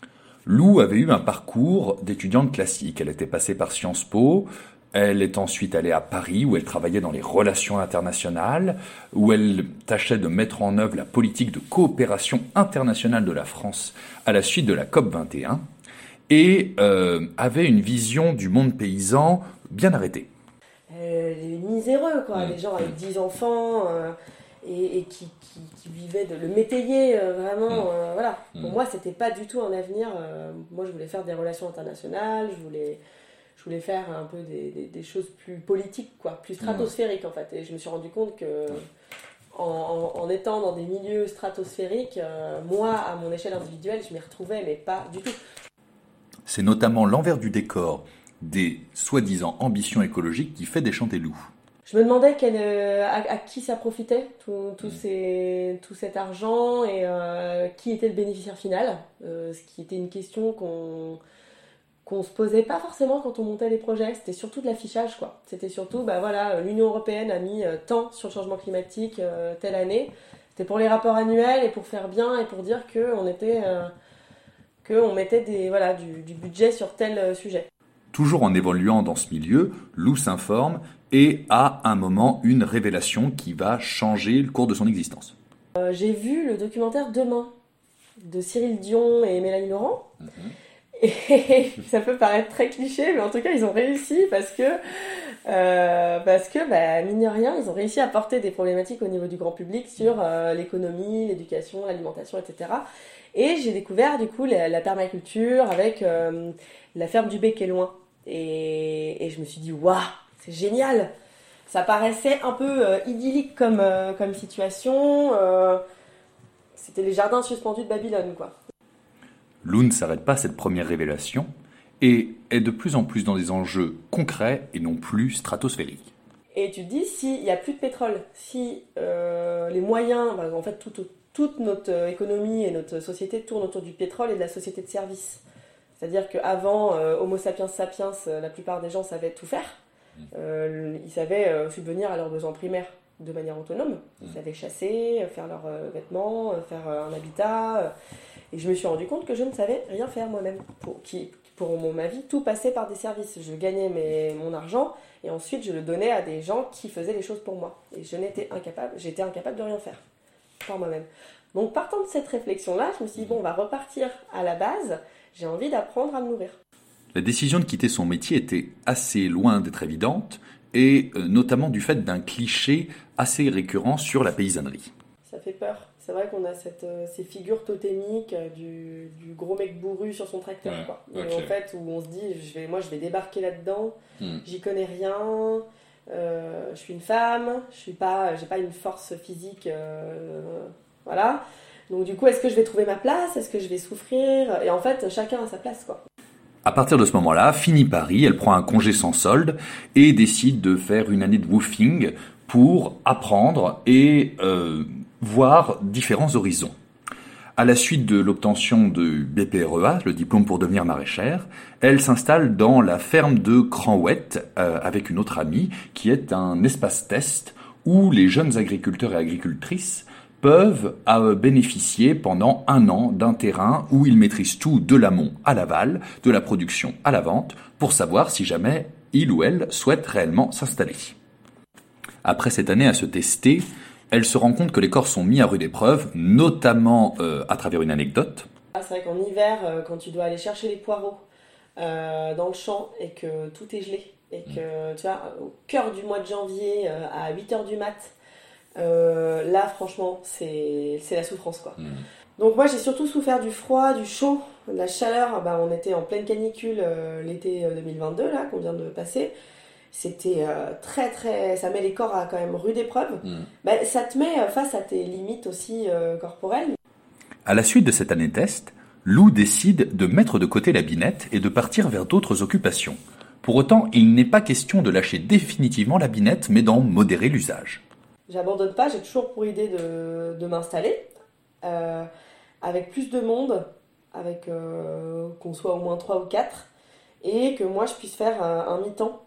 Lou avait eu un parcours d'étudiante classique. Elle était passée par Sciences Po, elle est ensuite allée à Paris où elle travaillait dans les relations internationales, où elle tâchait de mettre en œuvre la politique de coopération internationale de la France à la suite de la COP vingt et un, et euh, avait une vision du monde paysan bien arrêtée. Euh, les miséreux, quoi, mmh. Les gens avec dix enfants euh, et, et qui, qui, qui vivaient de le métayer, euh, vraiment, mmh. euh, voilà. Mmh. Pour moi, c'était pas du tout un avenir. Euh, moi, je voulais faire des relations internationales, je voulais, je voulais faire un peu des, des, des choses plus politiques, quoi, plus stratosphériques, en fait. Et je me suis rendu compte que en, en, en étant dans des milieux stratosphériques, euh, moi, à mon échelle individuelle, je m'y retrouvais, mais pas du tout. C'est notamment l'envers du décor des soi-disant ambitions écologiques qui fait déchanter Lou. Je me demandais quel, euh, à, à qui ça profitait, tout, tout, ces, tout cet argent, et euh, qui était le bénéficiaire final, euh, ce qui était une question qu'on qu'on se posait pas forcément quand on montait les projets. C'était surtout de l'affichage, quoi. C'était surtout, bah voilà, l'Union européenne a mis euh, tant sur le changement climatique euh, telle année. C'était pour les rapports annuels et pour faire bien et pour dire qu'on était... Euh, qu'on mettait des, voilà, du, du budget sur tel sujet. Toujours en évoluant dans ce milieu, Lou s'informe et a un moment une révélation qui va changer le cours de son existence. Euh, j'ai vu le documentaire Demain de Cyril Dion et Mélanie Laurent. Mmh. Et ça peut paraître très cliché, mais en tout cas, ils ont réussi parce que, euh, parce que bah, mine de rien, ils ont réussi à porter des problématiques au niveau du grand public sur euh, l'économie, l'éducation, l'alimentation, et cetera. Et j'ai découvert du coup la, la permaculture avec euh, la ferme du Bec est loin. Et, et je me suis dit, waouh, c'est génial! Ça paraissait un peu euh, idyllique comme, euh, comme situation. Euh, c'était les jardins suspendus de Babylone, quoi. Lou ne s'arrête pas à cette première révélation et est de plus en plus dans des enjeux concrets et non plus stratosphériques. Et tu te dis, s'il n'y a plus de pétrole, si euh, les moyens, bah, en fait, toute, toute notre économie et notre société tournent autour du pétrole et de la société de service. C'est-à-dire qu'avant, euh, Homo sapiens sapiens, euh, la plupart des gens savaient tout faire. Euh, ils savaient euh, subvenir à leurs besoins primaires de manière autonome. Ils savaient chasser, faire leurs euh, vêtements, euh, faire euh, un habitat. Euh, et je me suis rendu compte que je ne savais rien faire moi-même. Pour, qui, pour mon, ma vie, tout passait par des services. Je gagnais mes, mon argent et ensuite je le donnais à des gens qui faisaient les choses pour moi. Et je n'étais incapable, j'étais incapable de rien faire par moi-même. Donc partant de cette réflexion-là, je me suis dit, bon, on va repartir à la base. J'ai envie d'apprendre à me nourrir. La décision de quitter son métier était assez loin d'être évidente, et euh, notamment du fait d'un cliché assez récurrent sur la paysannerie. Ça fait peur. C'est vrai qu'on a cette, euh, ces figures totémiques euh, du, du gros mec bourru sur son tracteur. Ouais, quoi. okay. Et en fait, où on se dit, je vais, moi je vais débarquer là-dedans, hmm. j'y connais rien, euh, je suis une femme, je suis pas, j'ai pas une force physique, euh, voilà. Donc du coup, est-ce que je vais trouver ma place ? Est-ce que je vais souffrir ? Et en fait, chacun a sa place, quoi. À partir de ce moment-là, fini Paris, elle prend un congé sans solde et décide de faire une année de woofing pour apprendre et euh, voir différents horizons. À la suite de l'obtention de B P R E A, le diplôme pour devenir maraîchère, elle s'installe dans la ferme de Cranouette euh, avec une autre amie qui est un espace test où les jeunes agriculteurs et agricultrices peuvent euh, bénéficier pendant un an d'un terrain où ils maîtrisent tout de l'amont à l'aval, de la production à la vente, pour savoir si jamais il ou elle souhaite réellement s'installer. Après cette année à se tester, elle se rend compte que les corps sont mis à rude épreuve, notamment euh, à travers une anecdote. Ah, c'est vrai qu'en hiver, euh, quand tu dois aller chercher les poireaux euh, dans le champ et que tout est gelé, et que tu vois, au cœur du mois de janvier, euh, à huit heures du mat', Euh, là franchement c'est, c'est la souffrance quoi. Mmh. Donc moi j'ai surtout souffert du froid, du chaud, de la chaleur. Bah, on était en pleine canicule euh, l'été deux mille vingt-deux là qu'on vient de passer. C'était euh, très très, ça met les corps à quand même rude épreuve. Mmh. Bah, ça te met face à tes limites aussi euh, corporelles. À la suite de cette année test, Lou décide de mettre de côté la binette et de partir vers d'autres occupations. Pour autant, il n'est pas question de lâcher définitivement la binette, mais d'en modérer l'usage. J'abandonne pas, j'ai toujours pour idée de, de m'installer euh, avec plus de monde, avec euh, qu'on soit au moins trois ou quatre, et que moi je puisse faire un, un mi-temps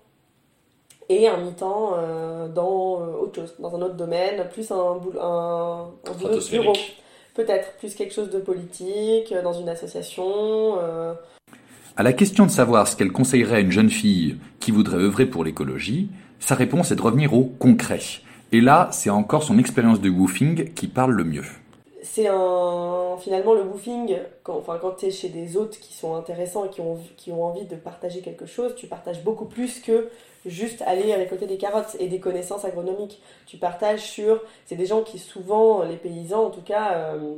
et un mi-temps euh, dans euh, autre chose, dans un autre domaine, plus un, boulot, un, un boulot de bureau, peut-être plus quelque chose de politique, dans une association. Euh... À la question de savoir ce qu'elle conseillerait à une jeune fille qui voudrait œuvrer pour l'écologie, sa réponse est de revenir au concret. Et là, c'est encore son expérience de woofing qui parle le mieux. C'est un... Finalement, le woofing, quand, enfin, quand tu es chez des hôtes qui sont intéressants et qui ont, qui ont envie de partager quelque chose, tu partages beaucoup plus que juste aller récolter des carottes et des connaissances agronomiques. Tu partages sur... C'est des gens qui, souvent, les paysans en tout cas, euh,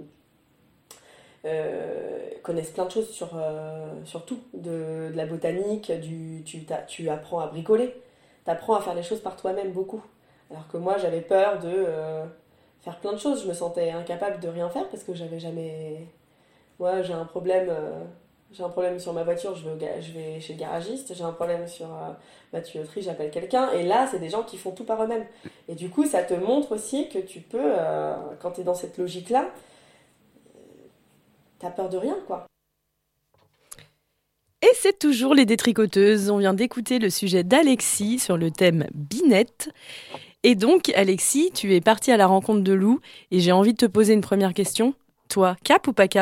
euh, connaissent plein de choses sur, euh, sur tout. De, de la botanique, du, tu, tu apprends à bricoler. Tu apprends à faire les choses par toi-même beaucoup. Alors que moi, j'avais peur de euh, faire plein de choses. Je me sentais incapable de rien faire parce que j'avais jamais... Moi, j'ai un problème, euh, j'ai un problème sur ma voiture, je vais, au... je vais chez le garagiste. J'ai un problème sur euh, ma tuyauterie, j'appelle quelqu'un. Et là, c'est des gens qui font tout par eux-mêmes. Et du coup, ça te montre aussi que tu peux, euh, quand tu es dans cette logique-là, t'as peur de rien, quoi. Et c'est toujours les détricoteuses. On vient d'écouter le sujet d'Alexis sur le thème binette. Et donc, Alexis, tu es partie à la rencontre de Lou et j'ai envie de te poser une première question. Toi, cap ou pas cap ?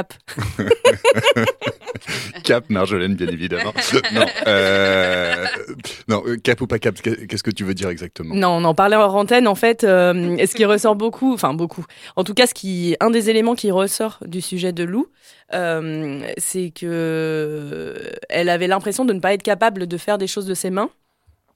Cap, Marjolaine, bien évidemment. Non, euh... non, cap ou pas cap, qu'est-ce que tu veux dire exactement ? Non, on en parlait hors antenne, en fait. Euh, ce qui ressort beaucoup, enfin beaucoup, en tout cas, ce qui, un des éléments qui ressort du sujet de Lou, euh, c'est que elle avait l'impression de ne pas être capable de faire des choses de ses mains.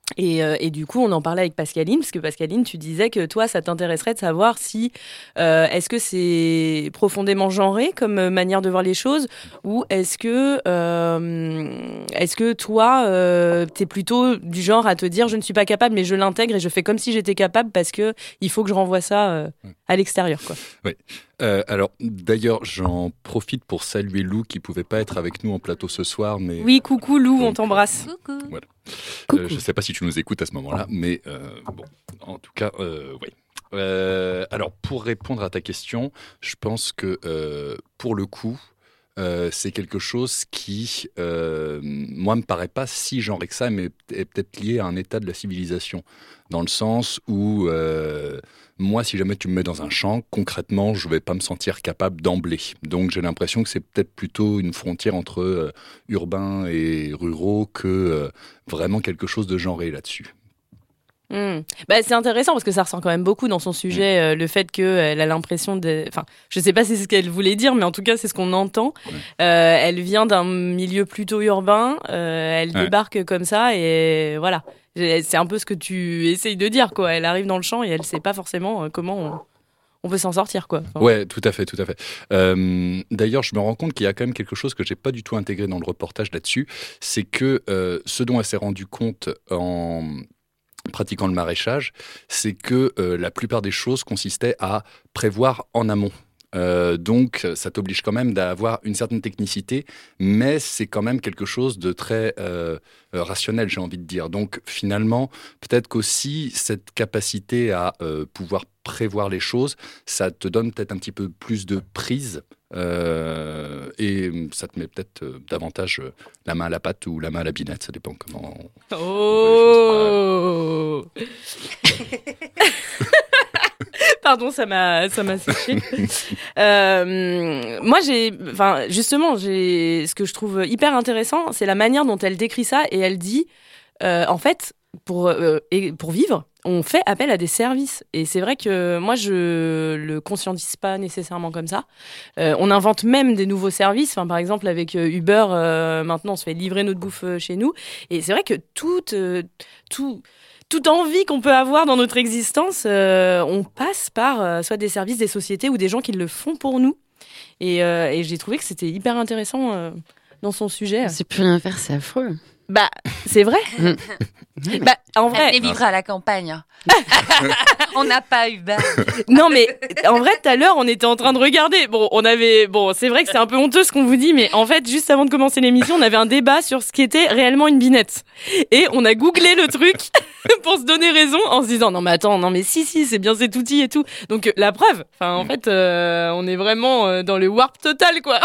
Et, euh, et du coup, on en parlait avec Pascaline, parce que Pascaline, tu disais que toi, ça t'intéresserait de savoir si euh, est-ce que c'est profondément genré comme manière de voir les choses, ou est-ce que euh, est-ce que toi, euh, t'es plutôt du genre à te dire je ne suis pas capable, mais je l'intègre et je fais comme si j'étais capable parce que il faut que je renvoie ça euh, à l'extérieur, quoi. Oui. Euh, alors, d'ailleurs, j'en profite pour saluer Lou qui pouvait pas être avec nous en plateau ce soir, mais Oui, coucou Lou, on t'embrasse. Coucou. Voilà. Euh, je ne sais pas si tu nous écoutes à ce moment-là, mais euh, bon, en tout cas, euh, oui. Euh, alors, pour répondre à ta question, je pense que euh, pour le coup, euh, c'est quelque chose qui, euh, moi, me paraît pas si genré que ça, mais est peut-être lié à un état de la civilisation, dans le sens où euh, moi, si jamais tu me mets dans un champ, concrètement, je vais pas me sentir capable d'emblée. Donc, j'ai l'impression que c'est peut-être plutôt une frontière entre euh, urbains et ruraux que euh, vraiment quelque chose de genré là-dessus. Mmh. Bah, c'est intéressant parce que ça ressent quand même beaucoup dans son sujet, euh, le fait qu'elle a l'impression de... Enfin, je sais pas si c'est ce qu'elle voulait dire, mais en tout cas, c'est ce qu'on entend. Euh, elle vient d'un milieu plutôt urbain, euh, elle Ouais. débarque comme ça et voilà. C'est un peu ce que tu essayes de dire, quoi. Elle arrive dans le champ et elle sait pas forcément euh, comment on, on peut s'en sortir, quoi. Enfin, Ouais, tout à fait, tout à fait. Euh, D'ailleurs, je me rends compte qu'il y a quand même quelque chose que j'ai pas du tout intégré dans le reportage là-dessus, c'est que euh, ce dont elle s'est rendue compte en pratiquant le maraîchage, c'est que euh, la plupart des choses consistaient à prévoir en amont. Euh, donc, ça t'oblige quand même d'avoir une certaine technicité, mais c'est quand même quelque chose de très euh, euh, rationnel, j'ai envie de dire. Donc, finalement, peut-être qu'aussi, cette capacité à euh, pouvoir prévoir les choses, ça te donne peut-être un petit peu plus de prise euh, et ça te met peut-être euh, davantage euh, la main à la pâte ou la main à la binette, ça dépend comment... Oh Pardon, ça m'a, ça m'a séché. euh, moi, j'ai, enfin, justement, j'ai, ce que je trouve hyper intéressant, c'est la manière dont elle décrit ça et elle dit, euh, en fait, pour, euh, et pour vivre, on fait appel à des services. Et c'est vrai que moi, je le conscientise pas nécessairement comme ça. Euh, on invente même des nouveaux services. Enfin, par exemple, avec Uber, euh, maintenant, on se fait livrer notre bouffe chez nous. Et c'est vrai que tout, euh, tout, toute envie qu'on peut avoir dans notre existence, euh, on passe par euh, soit des services, des sociétés ou des gens qui le font pour nous. Et, euh, et j'ai trouvé que c'était hyper intéressant euh, dans son sujet. C'est plus rien faire, c'est affreux. Bah, c'est vrai. Bah, en vrai. Venez vivre à la campagne. On n'a pas Uber. Non, mais en vrai, tout à l'heure, on était en train de regarder. Bon, on avait. Bon, c'est vrai que c'est un peu honteux ce qu'on vous dit, mais en fait, juste avant de commencer l'émission, on avait un débat sur ce qui était réellement une binette. Et on a googlé le truc pour se donner raison en se disant non, mais attends, non, mais si, si, c'est bien cet outil et tout. Donc, la preuve. Enfin, en fait, euh, on est vraiment euh, dans le warp total, quoi.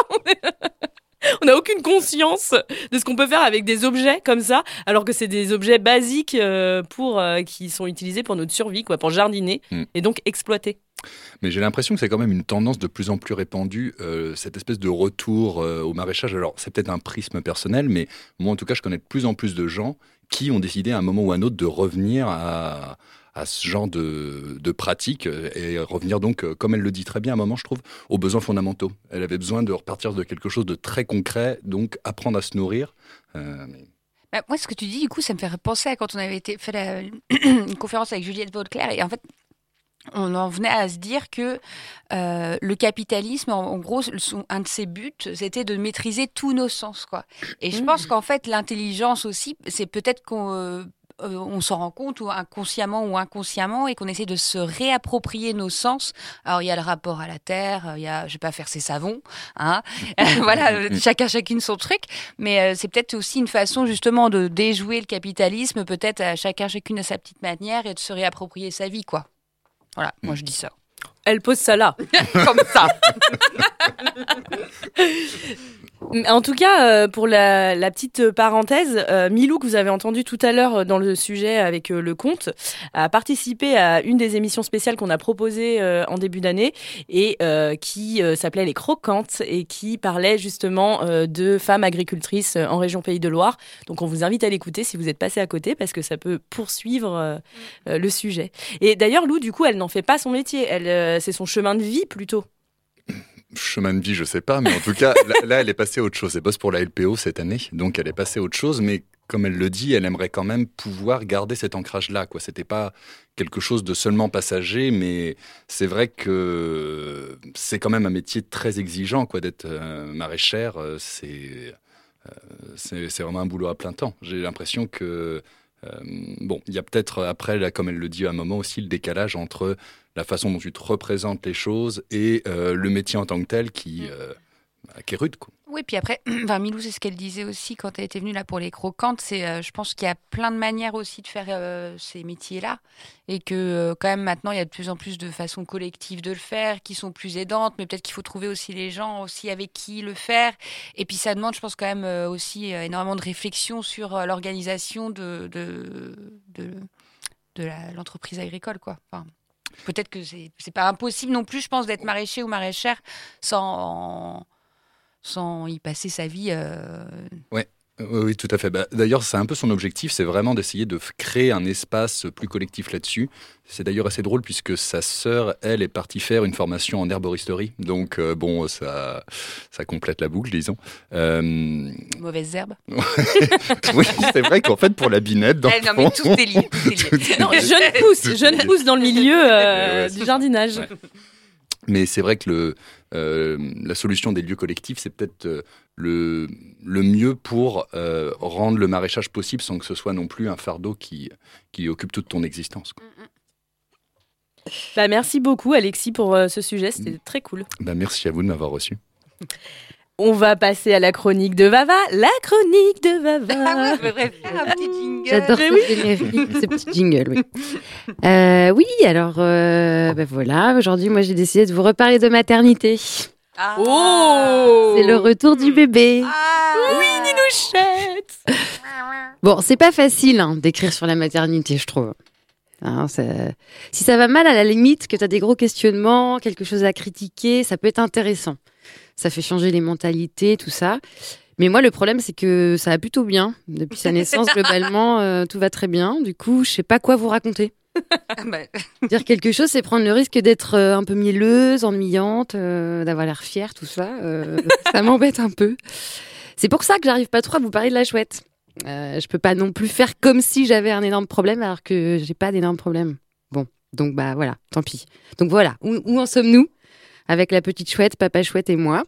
On n'a aucune conscience de ce qu'on peut faire avec des objets comme ça, alors que c'est des objets basiques euh, pour, euh, qui sont utilisés pour notre survie, quoi, pour jardiner mm. et donc exploiter. Mais j'ai l'impression que c'est quand même une tendance de plus en plus répandue, euh, cette espèce de retour euh, au maraîchage. Alors, c'est peut-être un prisme personnel, mais moi, en tout cas, je connais de plus en plus de gens qui ont décidé à un moment ou à un autre de revenir à... à ce genre de, de pratique et revenir donc, comme elle le dit très bien à un moment, je trouve, aux besoins fondamentaux. Elle avait besoin de repartir de quelque chose de très concret, donc apprendre à se nourrir. Euh, mais... bah, moi, ce que tu dis, du coup, ça me fait penser à quand on avait été, fait la, une conférence avec Juliette Vauclair, et en fait, on en venait à se dire que euh, le capitalisme, en, en gros, son, un de ses buts, c'était de maîtriser tous nos sens, quoi. Et je mmh. pense qu'en fait, l'intelligence aussi, c'est peut-être qu'on... Euh, Euh, on s'en rend compte, ou inconsciemment ou inconsciemment, et qu'on essaie de se réapproprier nos sens. Alors, il y a le rapport à la terre, il y a, je vais pas faire ses savons, hein. Voilà, chacun, chacune son truc. Mais euh, c'est peut-être aussi une façon, justement, de déjouer le capitalisme, peut-être à chacun, chacune à sa petite manière, et de se réapproprier sa vie, quoi. Voilà, moi, je dis ça. Elle pose ça là. Comme ça. En tout cas, euh, pour la, la petite parenthèse, euh, Milou, que vous avez entendu tout à l'heure dans le sujet avec euh, le conte, a participé à une des émissions spéciales qu'on a proposées euh, en début d'année et euh, qui euh, s'appelait Les Croquantes et qui parlait justement euh, de femmes agricultrices en région Pays de Loire. Donc on vous invite à l'écouter si vous êtes passé à côté parce que ça peut poursuivre euh, euh, le sujet. Et d'ailleurs, Lou, du coup, elle n'en fait pas son métier. Elle, euh, c'est son chemin de vie plutôt. Chemin de vie, je sais pas, mais en tout cas, là, là, elle est passée à autre chose. Elle bosse pour la L P O cette année, donc elle est passée à autre chose. Mais comme elle le dit, elle aimerait quand même pouvoir garder cet ancrage-là, quoi. C'était pas quelque chose de seulement passager, mais c'est vrai que c'est quand même un métier très exigeant, quoi, d'être euh, maraîchère. euh, C'est, euh, c'est, c'est vraiment un boulot à plein temps. J'ai l'impression que euh, bon, il y a peut-être après, là, comme elle le dit à un moment aussi, le décalage entre la façon dont tu te représentes les choses et euh, le métier en tant que tel qui, euh, bah, qui est rude, quoi. Oui, puis après, enfin, Milou, c'est ce qu'elle disait aussi quand elle était venue là pour les croquantes. C'est, euh, je pense qu'il y a plein de manières aussi de faire euh, ces métiers-là. Et que euh, quand même maintenant, il y a de plus en plus de façons collectives de le faire, qui sont plus aidantes. Mais peut-être qu'il faut trouver aussi les gens aussi avec qui le faire. Et puis ça demande, je pense, quand même euh, aussi euh, énormément de réflexion sur euh, l'organisation de, de, de, de la, l'entreprise agricole, quoi. Enfin, peut-être que c'est, c'est pas impossible non plus, je pense, d'être maraîcher ou maraîchère sans... sans y passer sa vie. Euh... Ouais. Oui, oui, tout à fait. Bah, d'ailleurs, c'est un peu son objectif, c'est vraiment d'essayer de f- créer un espace plus collectif là-dessus. C'est d'ailleurs assez drôle puisque sa sœur, elle, est partie faire une formation en herboristerie. Donc, euh, bon, ça, ça complète la boucle, disons. Euh... Mauvaises herbes. Oui, c'est vrai qu'en fait, pour la binette, dans Eh, le non, mais fond- tout est lié. Tout est lié. Non, jeune pousse, jeune pousse dans le milieu euh, Ouais, du c'est- jardinage. Ouais. Mais c'est vrai que le, euh, la solution des lieux collectifs, c'est peut-être euh, le, le mieux pour euh, rendre le maraîchage possible sans que ce soit non plus un fardeau qui, qui occupe toute ton existence, quoi. Bah, merci beaucoup Alexis pour euh, ce sujet, c'était très cool. Bah, merci à vous de m'avoir reçu. On va passer à la chronique de Vava. La chronique de Vava. Ah oui, je devrais faire un petit jingle. J'adore Mais ce oui. générique, ce petit jingle, oui. Euh, oui, alors, euh, ben voilà, aujourd'hui, moi, j'ai décidé de vous reparler de maternité. Oh C'est le retour du bébé. Oui, Ninouchette. Bon, c'est pas facile hein, d'écrire sur la maternité, je trouve. Hein, ça- Si ça va mal, à la limite, que tu as des gros questionnements, quelque chose à critiquer, ça peut être intéressant. Ça fait changer les mentalités, tout ça. Mais moi, le problème, c'est que ça va plutôt bien. Depuis sa naissance, globalement, euh, tout va très bien. Du coup, je sais pas quoi vous raconter. Dire quelque chose, c'est prendre le risque d'être euh, un peu mielleuse, ennuyante, euh, d'avoir l'air fière, tout ça. euh, ça m'embête un peu. C'est pour ça que j'arrive pas trop à vous parler de la chouette. Euh, je peux pas non plus faire comme si j'avais un énorme problème alors que j'ai pas d'énorme problème. Bon, donc bah voilà, tant pis. Donc voilà, où, où en sommes-nous avec la petite chouette, papa chouette et moi?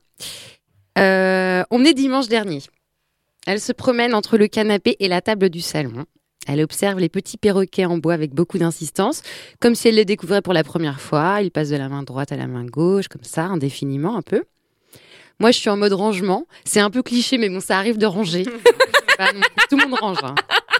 Euh, on est dimanche dernier. Elle se promène entre le canapé et la table du salon. Elle observe les petits perroquets en bois avec beaucoup d'insistance, comme si elle les découvrait pour la première fois. Ils passent de la main droite à la main gauche, comme ça, indéfiniment un peu. Moi, je suis en mode rangement. C'est un peu cliché, mais bon, ça arrive de ranger. Bah, non, tout le monde range. Hein.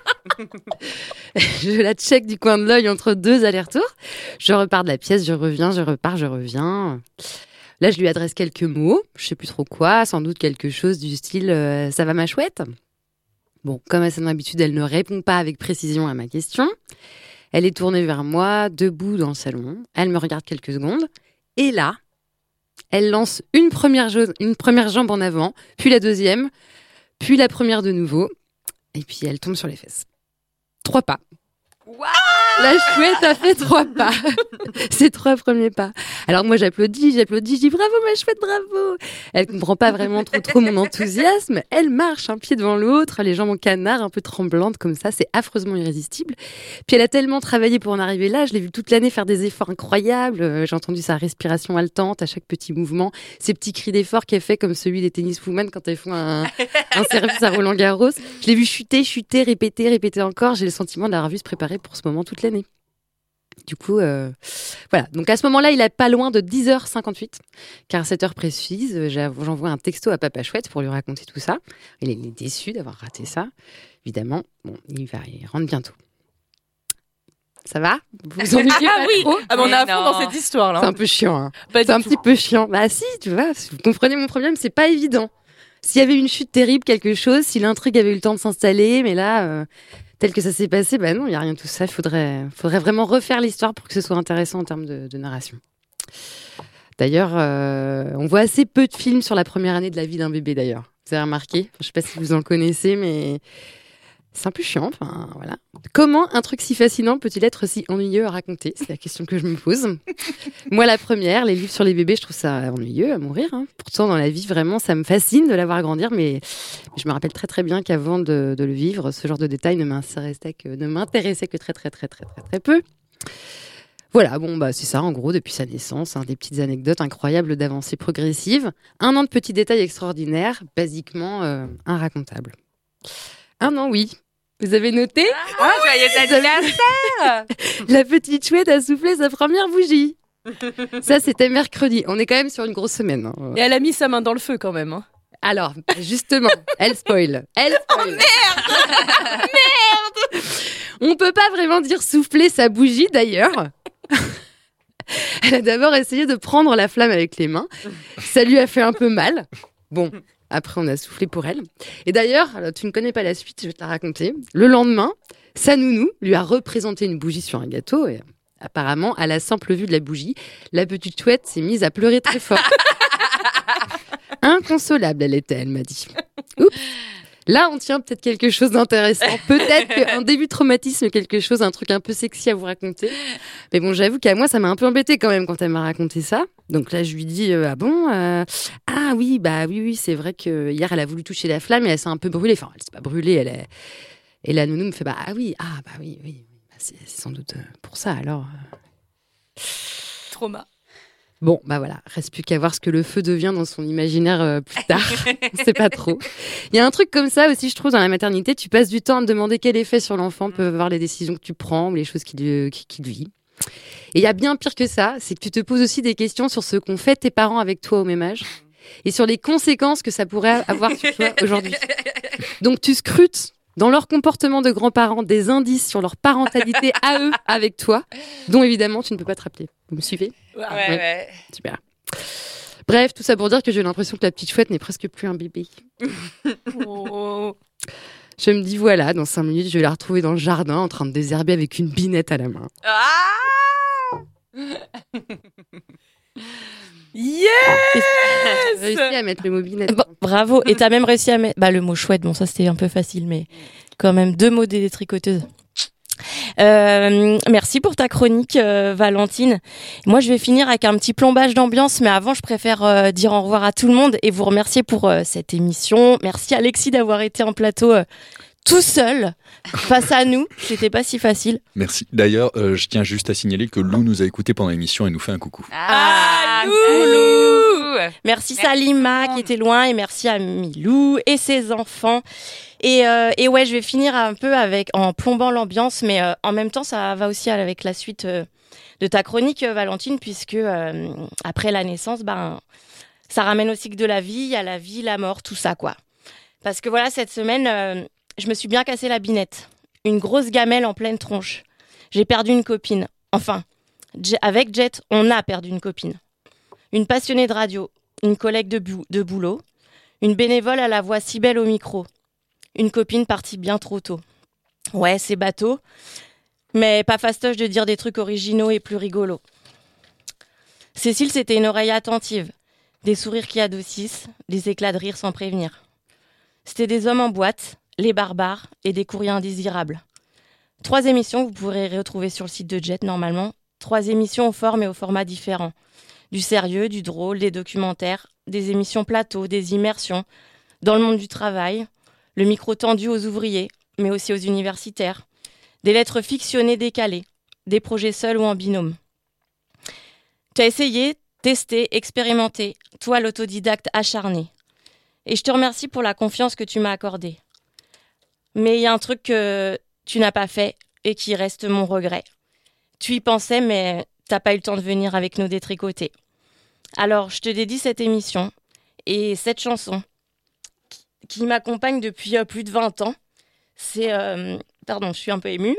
Je la check du coin de l'œil entre deux allers-retours. Je repars de la pièce, je reviens, je repars, je reviens. Là, je lui adresse quelques mots, je sais plus trop quoi, sans doute quelque chose du style euh, « ça va ma chouette ?» Bon, comme à son habitude, elle ne répond pas avec précision à ma question. Elle est tournée vers moi, debout dans le salon. Elle me regarde quelques secondes. Et là, elle lance une première, jo- une première jambe en avant, puis la deuxième, puis la première de nouveau. Et puis elle tombe sur les fesses. Trois pas. La chouette a fait trois pas. Ses trois premiers pas. Alors moi j'applaudis, j'applaudis, je dis bravo ma chouette, bravo. Elle comprend pas vraiment trop trop mon enthousiasme. Elle marche un pied devant l'autre, les jambes en canard, un peu tremblantes comme ça, c'est affreusement irrésistible. Puis elle a tellement travaillé pour en arriver là, je l'ai vue toute l'année faire des efforts incroyables. Euh, J'ai entendu sa respiration haletante à chaque petit mouvement, ses petits cris d'effort qu'elle fait comme celui des tenniswomen quand elles font un, un service à Roland Garros. Je l'ai vue chuter, chuter, répéter, répéter encore. J'ai le sentiment de l'avoir vue se préparer pour ce moment toute l'année. Du coup, euh, voilà. Donc à ce moment-là, il est pas loin de dix heures cinquante-huit, car à cette heure précise, j'av- j'envoie un texto à Papa Chouette pour lui raconter tout ça. Il est, il est déçu d'avoir raté ça, évidemment. Bon, il va, il rentre bientôt. Ça va? Vous vous ennuyez Ah pas oui, trop ah, mais on est à fond dans cette histoire là. C'est un peu chiant. Hein. Pas C'est du un tout. petit peu chiant. Bah si, tu vois, si vous comprenez mon problème, c'est pas évident. S'il y avait une chute terrible, quelque chose, si l'intrigue avait eu le temps de s'installer, mais là, euh, tel que ça s'est passé, bah non, il n'y a rien de tout ça. Il faudrait, faudrait vraiment refaire l'histoire pour que ce soit intéressant en termes de, de narration. D'ailleurs, euh, on voit assez peu de films sur la première année de la vie d'un bébé, d'ailleurs. Vous avez remarqué? Je ne sais pas si vous en connaissez, mais C'est un peu chiant, enfin voilà. Comment un truc si fascinant peut-il être si ennuyeux à raconter? C'est la question que je me pose. Moi, la première, les livres sur les bébés, je trouve ça ennuyeux à mourir. Hein. Pourtant, dans la vie, vraiment, ça me fascine de la voir grandir, mais je me rappelle très très bien qu'avant de, de le vivre, ce genre de détails ne m'intéressait que, ne m'intéressait que très très très très très très peu. Voilà, bon, bah, c'est ça, en gros, depuis sa naissance, hein, des petites anecdotes incroyables d'avancées progressives, un an de petits détails extraordinaires, basiquement euh, irracontables. Un an, oui. Vous avez noté? Ah, joyeux anniversaire! La petite chouette a soufflé sa première bougie. Ça, c'était mercredi. On est quand même sur une grosse semaine. Hein. Et elle a mis sa main dans le feu quand même. Hein. Alors, justement, elle spoil. Elle spoil. Oh merde! Merde! On peut pas vraiment dire souffler sa bougie, d'ailleurs. Elle a d'abord essayé de prendre la flamme avec les mains. Ça lui a fait un peu mal. Bon, après on a soufflé pour elle. Et d'ailleurs, tu ne connais pas la suite, je vais te la raconter. Le lendemain, sa nounou lui a représenté une bougie sur un gâteau et apparemment, à la simple vue de la bougie, la petite chouette s'est mise à pleurer très fort. Inconsolable, elle était, elle m'a dit. Oups. Là, on tient peut-être quelque chose d'intéressant. Peut-être qu'un début de traumatisme, quelque chose, un truc un peu sexy à vous raconter. Mais bon, j'avoue qu'à moi, ça m'a un peu embêtée quand même quand elle m'a raconté ça. Donc là, je lui dis, euh, ah bon euh... Ah oui, bah oui, oui, c'est vrai que hier, elle a voulu toucher la flamme et elle s'est un peu brûlée. Enfin, elle s'est pas brûlée, elle est... Et la nounou me fait, bah ah oui, ah bah oui, oui. Bah, c'est, c'est sans doute pour ça, alors. Trauma. Bon, bah voilà, reste plus qu'à voir ce que le feu devient dans son imaginaire euh, plus tard. On sait pas trop. Il y a un truc comme ça aussi, je trouve, dans la maternité. Tu passes du temps à te demander quel effet sur l'enfant peuvent avoir les décisions que tu prends ou les choses qu'il qui, qui vit. Et il y a bien pire que ça, c'est que tu te poses aussi des questions sur ce qu'ont fait tes parents avec toi au même âge et sur les conséquences que ça pourrait avoir sur toi aujourd'hui. Donc tu scrutes dans leur comportement de grands-parents des indices sur leur parentalité à eux avec toi, dont évidemment tu ne peux pas te rappeler. Vous me suivez? Ouais, ouais. ouais. Super. Bref, tout ça pour dire que j'ai l'impression que la petite chouette n'est presque plus un bébé. Oh. Je me dis, voilà, dans cinq minutes, je vais la retrouver dans le jardin en train de désherber avec une binette à la main. Ah Yes! J'ai réussi à mettre le mot binette. Bon, bravo. Et t'as même réussi à mettre bah, le mot chouette. Bon, ça, c'était un peu facile, mais quand même deux mots des tricoteuses. Euh, merci pour ta chronique, euh, Valentine. Moi, je vais finir avec un petit plombage d'ambiance, mais avant, je préfère euh, dire au revoir à tout le monde et vous remercier pour euh, cette émission. Merci Alexis d'avoir été en plateau euh, tout seul face à nous. C'était pas si facile. Merci. D'ailleurs, euh, je tiens juste à signaler que Lou nous a écoutés pendant l'émission et nous fait un coucou. Ah, Lou merci, merci Salima qui était loin et merci à Milou et ses enfants. Et, euh, et ouais, je vais finir un peu avec en plombant l'ambiance, mais euh, en même temps, ça va aussi avec la suite euh, de ta chronique, euh, Valentine, puisque euh, après la naissance, ben, ça ramène aussi que de la vie, il y a la vie, la mort, tout ça, quoi. Parce que voilà, cette semaine, euh, je me suis bien cassé la binette. Une grosse gamelle en pleine tronche. J'ai perdu une copine. Enfin, J- avec Jet, on a perdu une copine. Une passionnée de radio, une collègue de, bu- de boulot, une bénévole à la voix si belle au micro. Une copine partie bien trop tôt. Ouais, c'est bateau, mais pas fastoche de dire des trucs originaux et plus rigolos. Cécile, c'était une oreille attentive, des sourires qui adoucissent, des éclats de rire sans prévenir. C'était des hommes en boîte, les barbares et des courriers indésirables. Trois émissions que vous pourrez retrouver sur le site de Jet normalement. Trois émissions aux formes et aux formats différents. Du sérieux, du drôle, des documentaires, des émissions plateau, des immersions, dans le monde du travail, le micro tendu aux ouvriers, mais aussi aux universitaires, des lettres fictionnées décalées, des projets seuls ou en binôme. Tu as essayé, testé, expérimenté, toi l'autodidacte acharné. Et je te remercie pour la confiance que tu m'as accordée. Mais il y a un truc que tu n'as pas fait et qui reste mon regret. Tu y pensais, mais t'as pas eu le temps de venir avec nous détricoter. Alors, je te dédie cette émission et cette chanson qui m'accompagne depuis euh, plus de vingt ans. C'est... Euh, pardon, je suis un peu émue.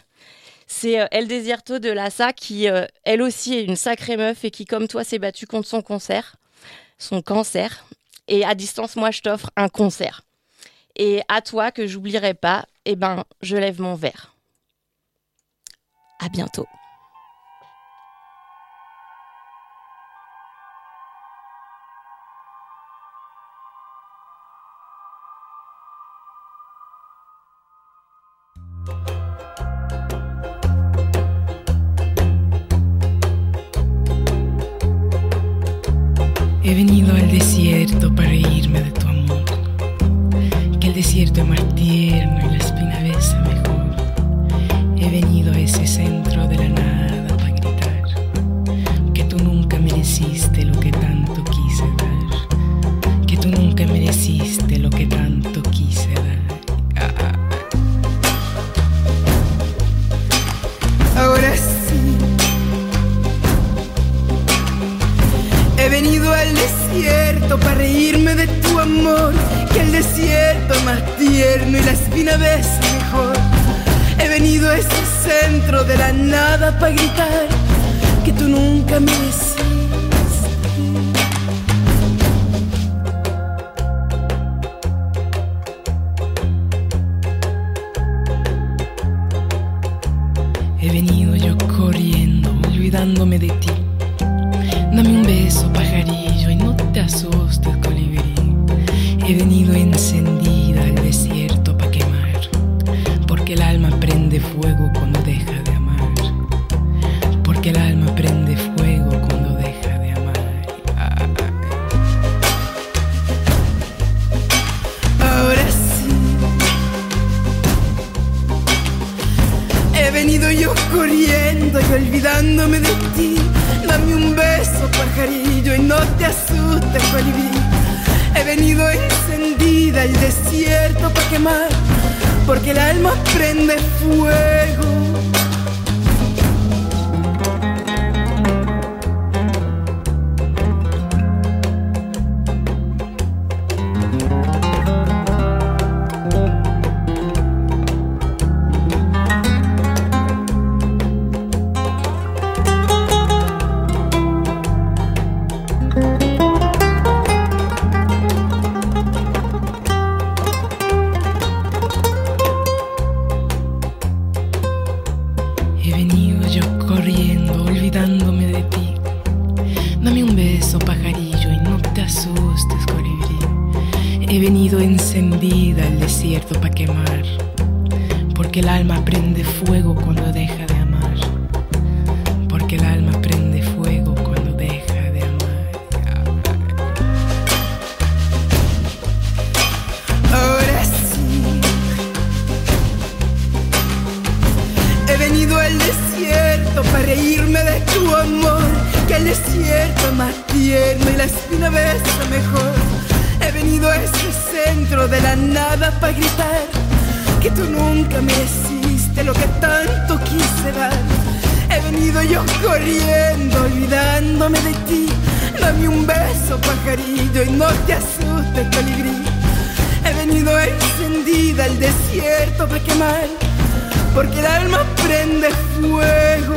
C'est euh, El Desierto de Lassa qui, euh, elle aussi, est une sacrée meuf et qui, comme toi, s'est battue contre son cancer. Son cancer. Et à distance, moi, je t'offre un concert. Et à toi, que j'oublierai pas, eh ben, je lève mon verre. À bientôt. He venido al desierto para reírme de tu amor, que el desierto es más tierno y la espina besa mejor. He venido a ese centro de la nada para gritar que tú nunca mereciste lo que tanto quise dar, que tú nunca mereciste lo que tanto quise dar. Ah, ah. Ahora sí. He venido al desierto para reírme de tu amor, que el desierto es más tierno y la espina besa mejor. He venido a ese centro de la nada para gritar que tú nunca mereciste. He venido yo corriendo, olvidándome de ti. Dame un beso, pajarillo, y no te asustes, colibrí. He venido encendida al desierto pa' quemar, porque el alma prende fuego cuando deja de amar, porque el alma prende fuego cuando deja de amar. Ah. Ahora sí. He venido yo corriendo y olvidándome de ti. Dame un beso, pajarillo, y no te asustes, colibrí. He venido encendida al desierto para quemar, porque el alma prende fuego. He venido yo corriendo, olvidándome de ti. Dame un beso, pajarillo, y no te asustes, colibrí. He venido encendida al desierto para quemar, porque el alma prende fuego cuando deja de amar, porque el alma prende fuego cuando deja de amar. Ahora sí. He venido al desierto para reírme de tu amor, que el desierto es más tierno y la espina besa mejor. He venido a ese centro de la nada para gritar que tú nunca mereciste lo que tanto quise dar. He venido yo corriendo, olvidándome de ti. Dame un beso, pajarillo, y no te asustes, colibrí. He venido encendida al desierto para quemar, porque el alma prende fuego.